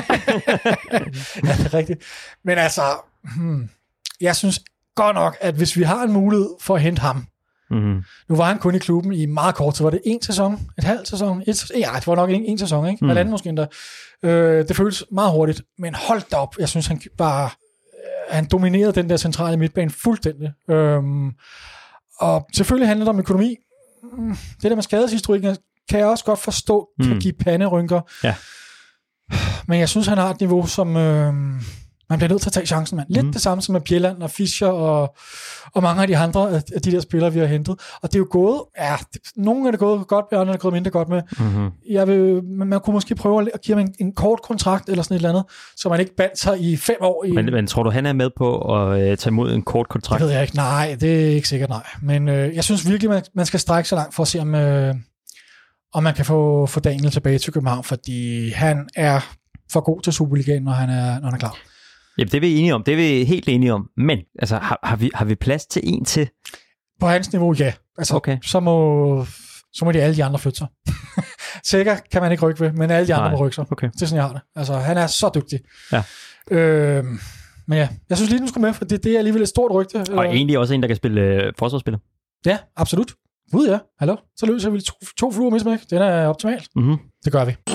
S2: Ja, det er rigtigt. Men altså, hmm, jeg synes godt nok, at hvis vi har en mulighed for at hente ham, mm-hmm. Nu var han kun i klubben i meget kort, så var det en sæson, et halvt sæson, et, ja, det var nok en, en sæson, ikke? Mm. Halvanden måske endda. Øh, det føles meget hurtigt, men hold da op, jeg synes, han bare, øh, han dominerede den der centrale midtbane fuldstændig. Øhm, og selvfølgelig handler det om økonomi. Det der med skadeshistorikken, kan jeg også godt forstå, kan mm. give panderynker. Ja. Men jeg synes, han har et niveau, som øh, man bliver nødt til at tage chancen, mand. Lidt mm. det samme som med Bjelland og Fischer og, og mange af de andre af de der spillere, vi har hentet. Og det er jo gået, ja, det, nogle er det gået godt med, andre er det gået mindre godt med. Mm-hmm. Jeg vil, man kunne måske prøve at give ham en, en kort kontrakt eller sådan et eller andet, så man ikke bandt sig i fem år. I,
S1: men, men tror du, han er med på at øh, tage imod en kort kontrakt?
S2: Det ved jeg ikke. Nej, det er ikke sikkert, nej. Men øh, jeg synes virkelig, man, man skal strække så langt for at se, om, øh, om man kan få, få Daniel tilbage til København, fordi han er for god til Superligaen, når han er, når han er klar.
S1: Jamen, det er vi enige om. Det er vi helt enige om. Men altså, har, har, vi, har vi plads til en til?
S2: På hans niveau, ja. Altså, okay. så, må, så må de alle de andre flytte sig. Sikker kan man ikke rykke ved, men alle de andre Nej. må rykke sig. Okay. Det er sådan, jeg har det. Altså, han er så dygtig. Ja. Øhm, men ja, jeg synes lige, den skulle med, for det, det er alligevel et stort rygte.
S1: Og egentlig også en, der kan spille øh, forsvarsspiller.
S2: Ja, absolut. Gud ja, hallo. Så løser vi to, to fluer med smæk. Den er optimalt. Mm-hmm. Det gør vi.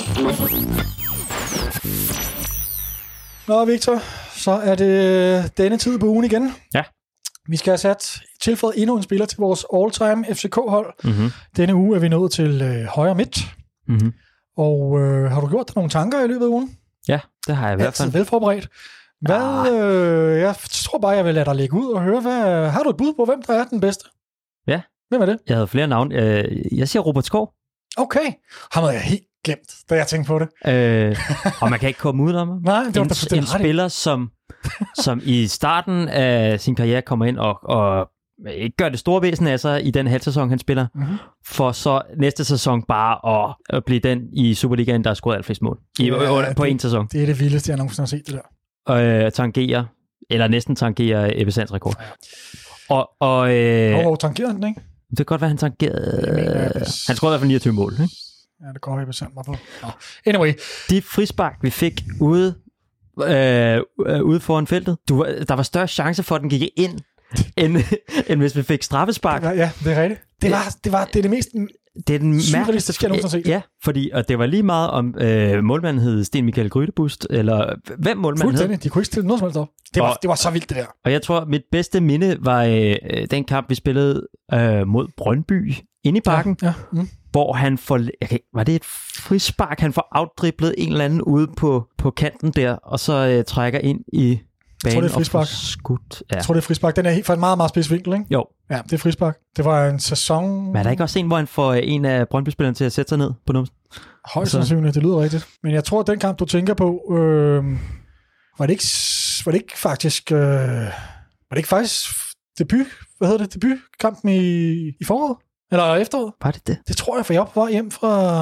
S2: Nå, Victor, så er det denne tid på ugen igen. Ja. Vi skal have sat tilføjet endnu en spiller til vores all-time F C K-hold. Mm-hmm. Denne uge er vi nået til øh, højre midt. Mm-hmm. Og øh, har du gjort dig nogle tanker i løbet af ugen?
S1: Ja, det har jeg i hvert fald.
S2: Altid velforberedt. Hvad, ah. øh, jeg tror bare, jeg vil lade dig lægge ud og høre, hvad, har du et bud på, hvem der er den bedste?
S1: Ja.
S2: Hvem er det?
S1: Jeg havde flere navne. Jeg siger Robert Skov.
S2: Okay. Ham havde jeg helt glemt, da jeg tænkte på det.
S1: Øh, og man kan ikke komme ud af mig.
S2: Nej, det var
S1: en,
S2: da,
S1: en spiller, som, som i starten af sin karriere kommer ind og, og ikke gør det store væsen af sig i den halv sæson, han spiller, mm-hmm. for så næste sæson bare at, at blive den i Superligaen, der har scoret allerflest mål i, ja, på det, en sæson.
S2: Det er det vildeste, jeg nogensinde har set det der.
S1: Og øh, tangerer, eller næsten tangerer Ebbe Sands rekord. Ja. Og, og, øh,
S2: og hvor tangerer den, ikke?
S1: Det kan godt være, han tangerede... Mener, hvis... Han scorede i hvert fald niogtyve mål, ikke?
S2: Ja, det går Ebbe Sand mig på. Nå. Anyway.
S1: De frispark, vi fik ude, øh, ude foran feltet, du, der var større chance for, at den gik ind, end, end hvis vi fik straffespark.
S2: Var, ja, det er rigtigt. Det var det, var, det, er det mest
S1: det er den
S2: surrealistiske, jeg nogensinde har set.
S1: Ja, fordi og det var lige meget om øh, målmanden hed Sten Michael Grydebust, eller hvem målmanden hed.
S2: De kunne ikke stille noget som helst op. Det var, og, det var så vildt, det der.
S1: Og jeg tror, mit bedste minde var øh, den kamp, vi spillede øh, mod Brøndby inde i parken, ja, ja. Mm. hvor han får... Okay, var det et frispark? Han får outdriblet en eller anden ude på, på kanten der, og så øh, trækker ind i banen. Jeg tror, det er frispark. Skudt. Ja.
S2: Jeg tror, det er frispark. Den er helt, for en meget, meget spids vinkel, ikke?
S1: Jo.
S2: Ja, det er frispark. Det var en sæson...
S1: Men er der ikke også en, hvor han får en af Brøndby-spillerne til at sætte sig ned på numsen?
S2: Højst sandsynligt, det lyder rigtigt. Men jeg tror, at den kamp, du tænker på, øh, var det ikke, var det ikke faktisk... Øh, var det ikke faktisk debut? Hvad hedder det? Debutkampen i, i foråret? Eller efteråret?
S1: Var det det?
S2: Det tror jeg, for jeg var på vej hjem fra,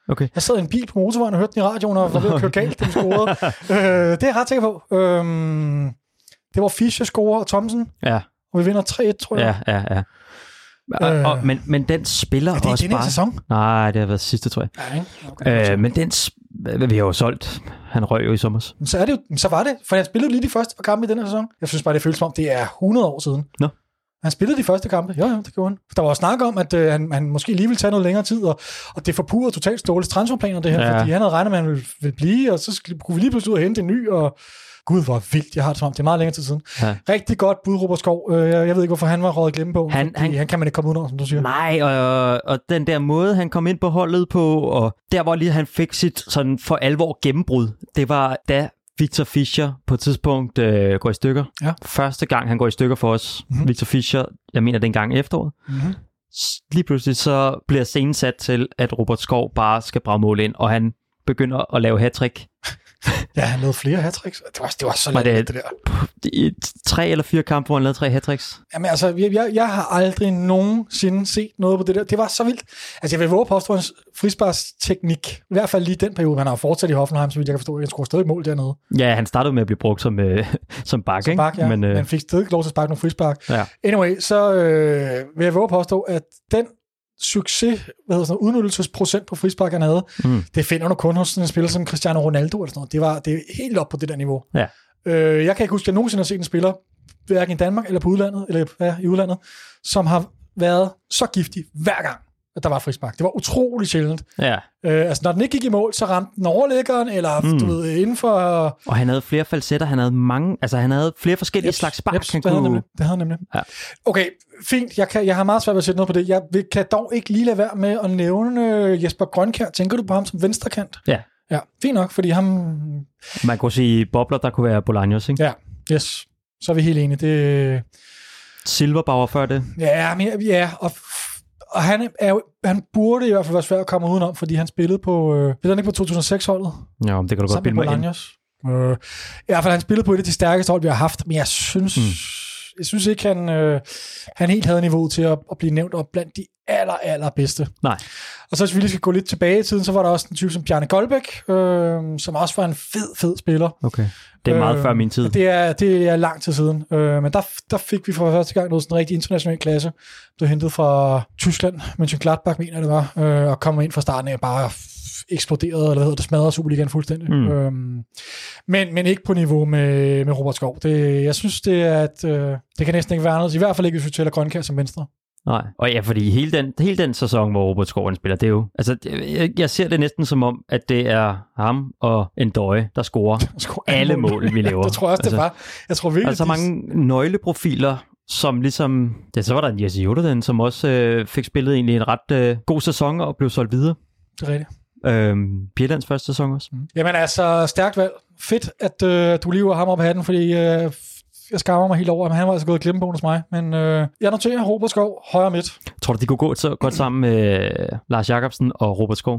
S1: Okay.
S2: Jeg sad i en bil på motorvejen og hørte den i radioen, og var ved at køre galt, da vi scorede. øh, det er jeg ret sikker på. Øhm, det var Fischer scorer og Thomsen,
S1: ja.
S2: og vi vinder tre et, tror jeg.
S1: Ja, ja, ja. Og, øh, og, men, men den spiller
S2: også bare... Er det
S1: i
S2: den sæson?
S1: Nej, det har været sidste, tror jeg.
S2: Ja, ikke? Okay,
S1: øh, men den... Vi har jo solgt. Han røg jo i sommer.
S2: Så, er det jo, så var det, for han spillede lige de første par kampe i den her sæson. Jeg synes bare, det føles som om, det er hundrede år siden.
S1: Nå.
S2: Han spillede de første kampe. Jo, jo, det gjorde han. Der var snak om, at øh, han, han måske lige ville tage noget længere tid, og, og det forpurrede totalt Ståles transferplaner, det her, ja. Fordi han havde regnet med, at han ville, ville blive, og så kunne vi lige pludselig ud og hente en ny, og gud, hvor vildt, jeg har det som om, det er meget længere tid siden. Ja. Rigtig godt bud, Robert Skov. Jeg, jeg ved ikke, hvorfor han var røget glemme på. Han, han, han kan man ikke komme ud over, som du siger.
S1: Nej, og, og den der måde, han kom ind på holdet på, og der hvor lige han fik sit sådan for alvor gennembrud, det var da Victor Fischer på et tidspunkt øh, går i stykker. Ja. Første gang, han går i stykker for os. Mm-hmm. Victor Fischer, jeg mener, det er en gang efteråret. Mm-hmm. Lige pludselig så bliver scenen sat til, at Robert Skov bare skal brage mål ind, og han begynder at lave hattrick.
S2: Ja, han lavede flere hattricks. Det var, det var så langt det, det der.
S1: I tre eller fire kampe, hvor han lavede tre hattricks.
S2: Jamen altså, jeg, jeg, jeg har aldrig nogensinde set noget på det der. Det var så vildt. Altså, jeg vil våge at påstå hans frisparksteknik. I hvert fald lige den periode. Han har fortsat i Hoffenheim, så vidt jeg kan forstå. Han scorer stadig mål dernede.
S1: Ja, han startede med at blive brugt som, øh, som bak,
S2: som bak, ja. Men øh... han fik stadig lov til at sparke nogle frispark. Ja. Anyway, så øh, vil jeg våge at påstå, at den succes, hvad hedder sådan, udnyttelsesprocent på frispark, han havde, mm. det finder du kun hos sådan en spiller som Cristiano Ronaldo eller sådan noget. Det var det er helt op på det der niveau. Ja. Øh, jeg kan ikke huske, at jeg nogensinde har set en spiller, hverken i Danmark eller på udlandet, eller ja, i udlandet, som har været så giftig hver gang, at der var frispark. Det var utrolig sjældent. Ja. Øh, altså, når den ikke gik i mål, så ramte den overlæggeren, eller mm. du ved, inden for...
S1: Og han havde flere falsetter, han havde mange... Altså, han havde flere forskellige yep. slags spark.
S2: Yep, det, kunne... havde nemlig. det havde nemlig. Ja. Okay, fint. Jeg, kan, jeg har meget svært ved at sætte noget på det. Jeg vil, kan dog ikke lige lade være med at nævne Jesper Grønkjær. Tænker du på ham som venstrekant?
S1: Ja.
S2: Ja, fint nok, fordi ham...
S1: Man kunne sige bobler, der kunne være Bolaños, ikke?
S2: Ja, yes. Så er vi helt enige. Det...
S1: Silverbauer før det.
S2: Ja, men, ja og... Og han, er jo, han burde i hvert fald være svært at komme udenom, fordi han spillede på, øh, ved han ikke på to tusind og seks-holdet?
S1: Ja, det kan du godt bilde mig ind.
S2: Øh, I hvert fald, han spillede på et af de stærkeste hold, vi har haft, men jeg synes, mm. jeg synes ikke, han, øh, han helt havde niveau til at, at blive nævnt op blandt de aller, aller bedste.
S1: Nej.
S2: Og så hvis vi lige skal gå lidt tilbage i tiden, så var der også en type som Bjarne Goldbæk, øh, som også var en fed, fed spiller.
S1: Okay. Det er meget øh, før min tid.
S2: Det er, det er lang tid siden. Øh, men der, der fik vi for første gang noget sådan en rigtig international klasse. Blev hentet fra Tyskland, Mönchengladbach, mener det var, øh, og kom ind fra starten af bare eksploderede, eller hvad hedder det, smadrede Superligaen fuldstændig. Mm. Øhm, men, men ikke på niveau med, med Robert Skov. Det, jeg synes, det er, at øh, det kan næsten ikke være noget. I hvert fald ikke, hvis vi tæller Grønkjær som venstre.
S1: Nej, og ja, fordi hele den, hele den sæson, hvor Robert Skov spiller, det er jo... Altså, jeg, jeg ser det næsten som om, at det er ham og Ndøje, der scorer alle mål, vi laver.
S2: Ja, det tror jeg også, altså, det var. Jeg tror virkelig...
S1: Altså, mange nøgleprofiler, som ligesom... Ja, så var der en Jesse Jododen, som også øh, fik spillet egentlig en ret øh, god sæson og blev solgt videre.
S2: Det er rigtigt.
S1: Øhm, Bjellands første sæson også. Mm.
S2: Jamen altså, stærkt valg. Fedt, at øh, du lige var ham op af hatten, fordi... Øh, jeg skammer mig helt over, men han var altså gået glemme på hos mig. Men øh, jeg noterer Robert Skov, højre midt.
S1: Tror du, de kunne gå så godt sammen med øh, Lars Jacobsen og Robert Skov?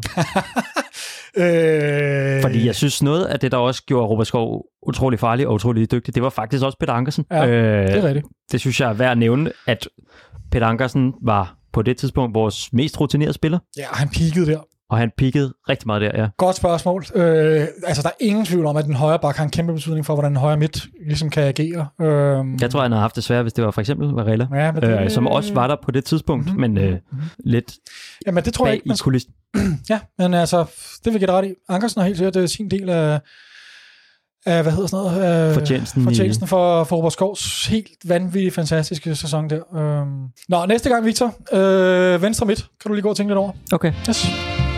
S1: øh... Fordi jeg synes, noget af det, der også gjorde Robert Skov utrolig farlig og utrolig dygtig, det var faktisk også Peter Ankersen.
S2: Ja, øh, det er rigtigt.
S1: Det synes jeg er værd at nævne, at Peter Ankersen var på det tidspunkt vores mest rutinerede spiller.
S2: Ja, han peakede der.
S1: Og han pikkede rigtig meget der, ja.
S2: Godt spørgsmål. Øh, altså, der er ingen tvivl om, at den højre bak har en kæmpe betydning for, hvordan den højre midt ligesom kan agere. Øh,
S1: jeg tror, han har haft det svært, hvis det var for eksempel Varela, ja, det, øh, som også var der på det tidspunkt, mm-hmm, men øh, mm-hmm. lidt
S2: Jamen, det tror
S1: bag
S2: jeg ikke,
S1: i kulissen.
S2: Ja, men altså, det vil jeg ret i. Ankersen har helt sikkert sin del af, af hvad hedder sådan noget? Af,
S1: fortjenesten.
S2: Fortjenesten for, for Robert Skovs helt vanvittige, fantastiske sæson der. Øh. Nå, næste gang, Victor. Øh, venstre midt. Kan du lige gå og tænke lidt over?
S1: Okay.
S2: Yes.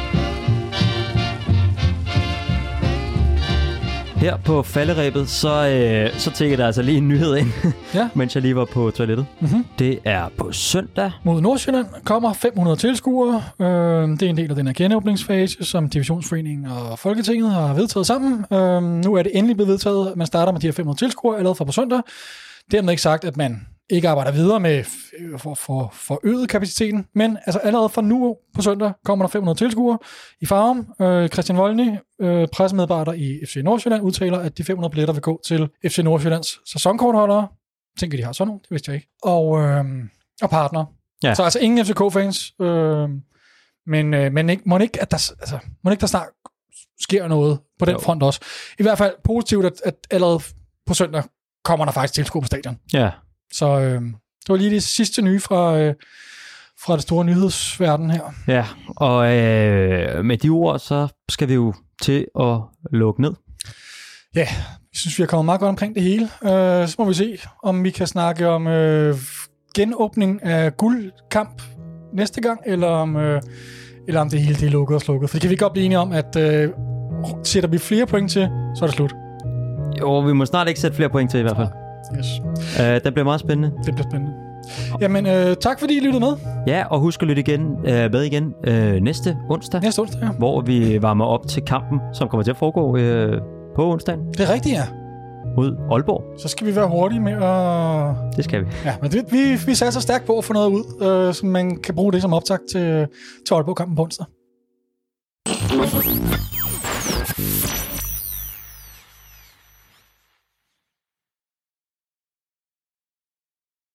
S1: Her på falderæbet, så, øh, så tækker der altså lige en nyhed ind, ja. mens jeg lige var på toilettet. Mm-hmm. Det er på søndag.
S2: Mod Nordsjælland kommer fem hundrede tilskuere. Øh, det er en del af den her genåbningsfase, som Divisionsforeningen og Folketinget har vedtaget sammen. Øh, nu er det endelig blevet vedtaget, at man starter med de her fem hundrede tilskuere allerede fra på søndag. Dermed ikke sagt, at man ikke arbejder videre med for, for, for øget kapaciteten, men altså allerede fra nu på søndag kommer der fem hundrede tilskuere i Farum. Øh, Christian Voldny, øh, pressemedarbejder i F C Nordsjælland, udtaler, at de fem hundrede billetter vil gå til F C Nordsjællands sæsonkortholdere. Tænker, de har sådan nogle, det vidste jeg ikke. Og, øh, og partner. Ja. Så altså ingen F C K-fans, øh, Men, øh, men ikke, må, ikke, at der, altså, må ikke der snart sker noget på den jo. front også. I hvert fald positivt, at, at allerede på søndag kommer der faktisk tilskuere på stadion.
S1: Ja.
S2: Så øh, det var lige det sidste nye fra, øh, fra det store nyhedsverden her.
S1: Ja, og øh, med de ord, så skal vi jo til at lukke ned.
S2: Ja, jeg synes, vi har kommet meget godt omkring det hele. Øh, så må vi se, om vi kan snakke om øh, genåbning af guldkamp næste gang, eller om, øh, eller om det hele det er lukket og slukket. For det kan vi godt blive enige om, at øh, sætter vi flere point til, så er det slut.
S1: Jo, vi må snart ikke sætte flere point til i hvert fald.
S2: Yes.
S1: Uh, det bliver meget spændende.
S2: Det bliver spændende. Jamen, øh, tak fordi I lyttede med.
S1: Ja, og husk at lytte igen, øh, med igen øh, næste onsdag.
S2: Næste onsdag, ja.
S1: Hvor vi varmer op til kampen, som kommer til at foregå øh, på onsdagen.
S2: Det er rigtigt, ja.
S1: Mod Aalborg.
S2: Så skal vi være hurtige med at...
S1: Det skal vi.
S2: Ja, men det, vi, vi satser stærkt på at få noget ud, øh, så man kan bruge det som optakt til, til Aalborg-kampen på onsdag.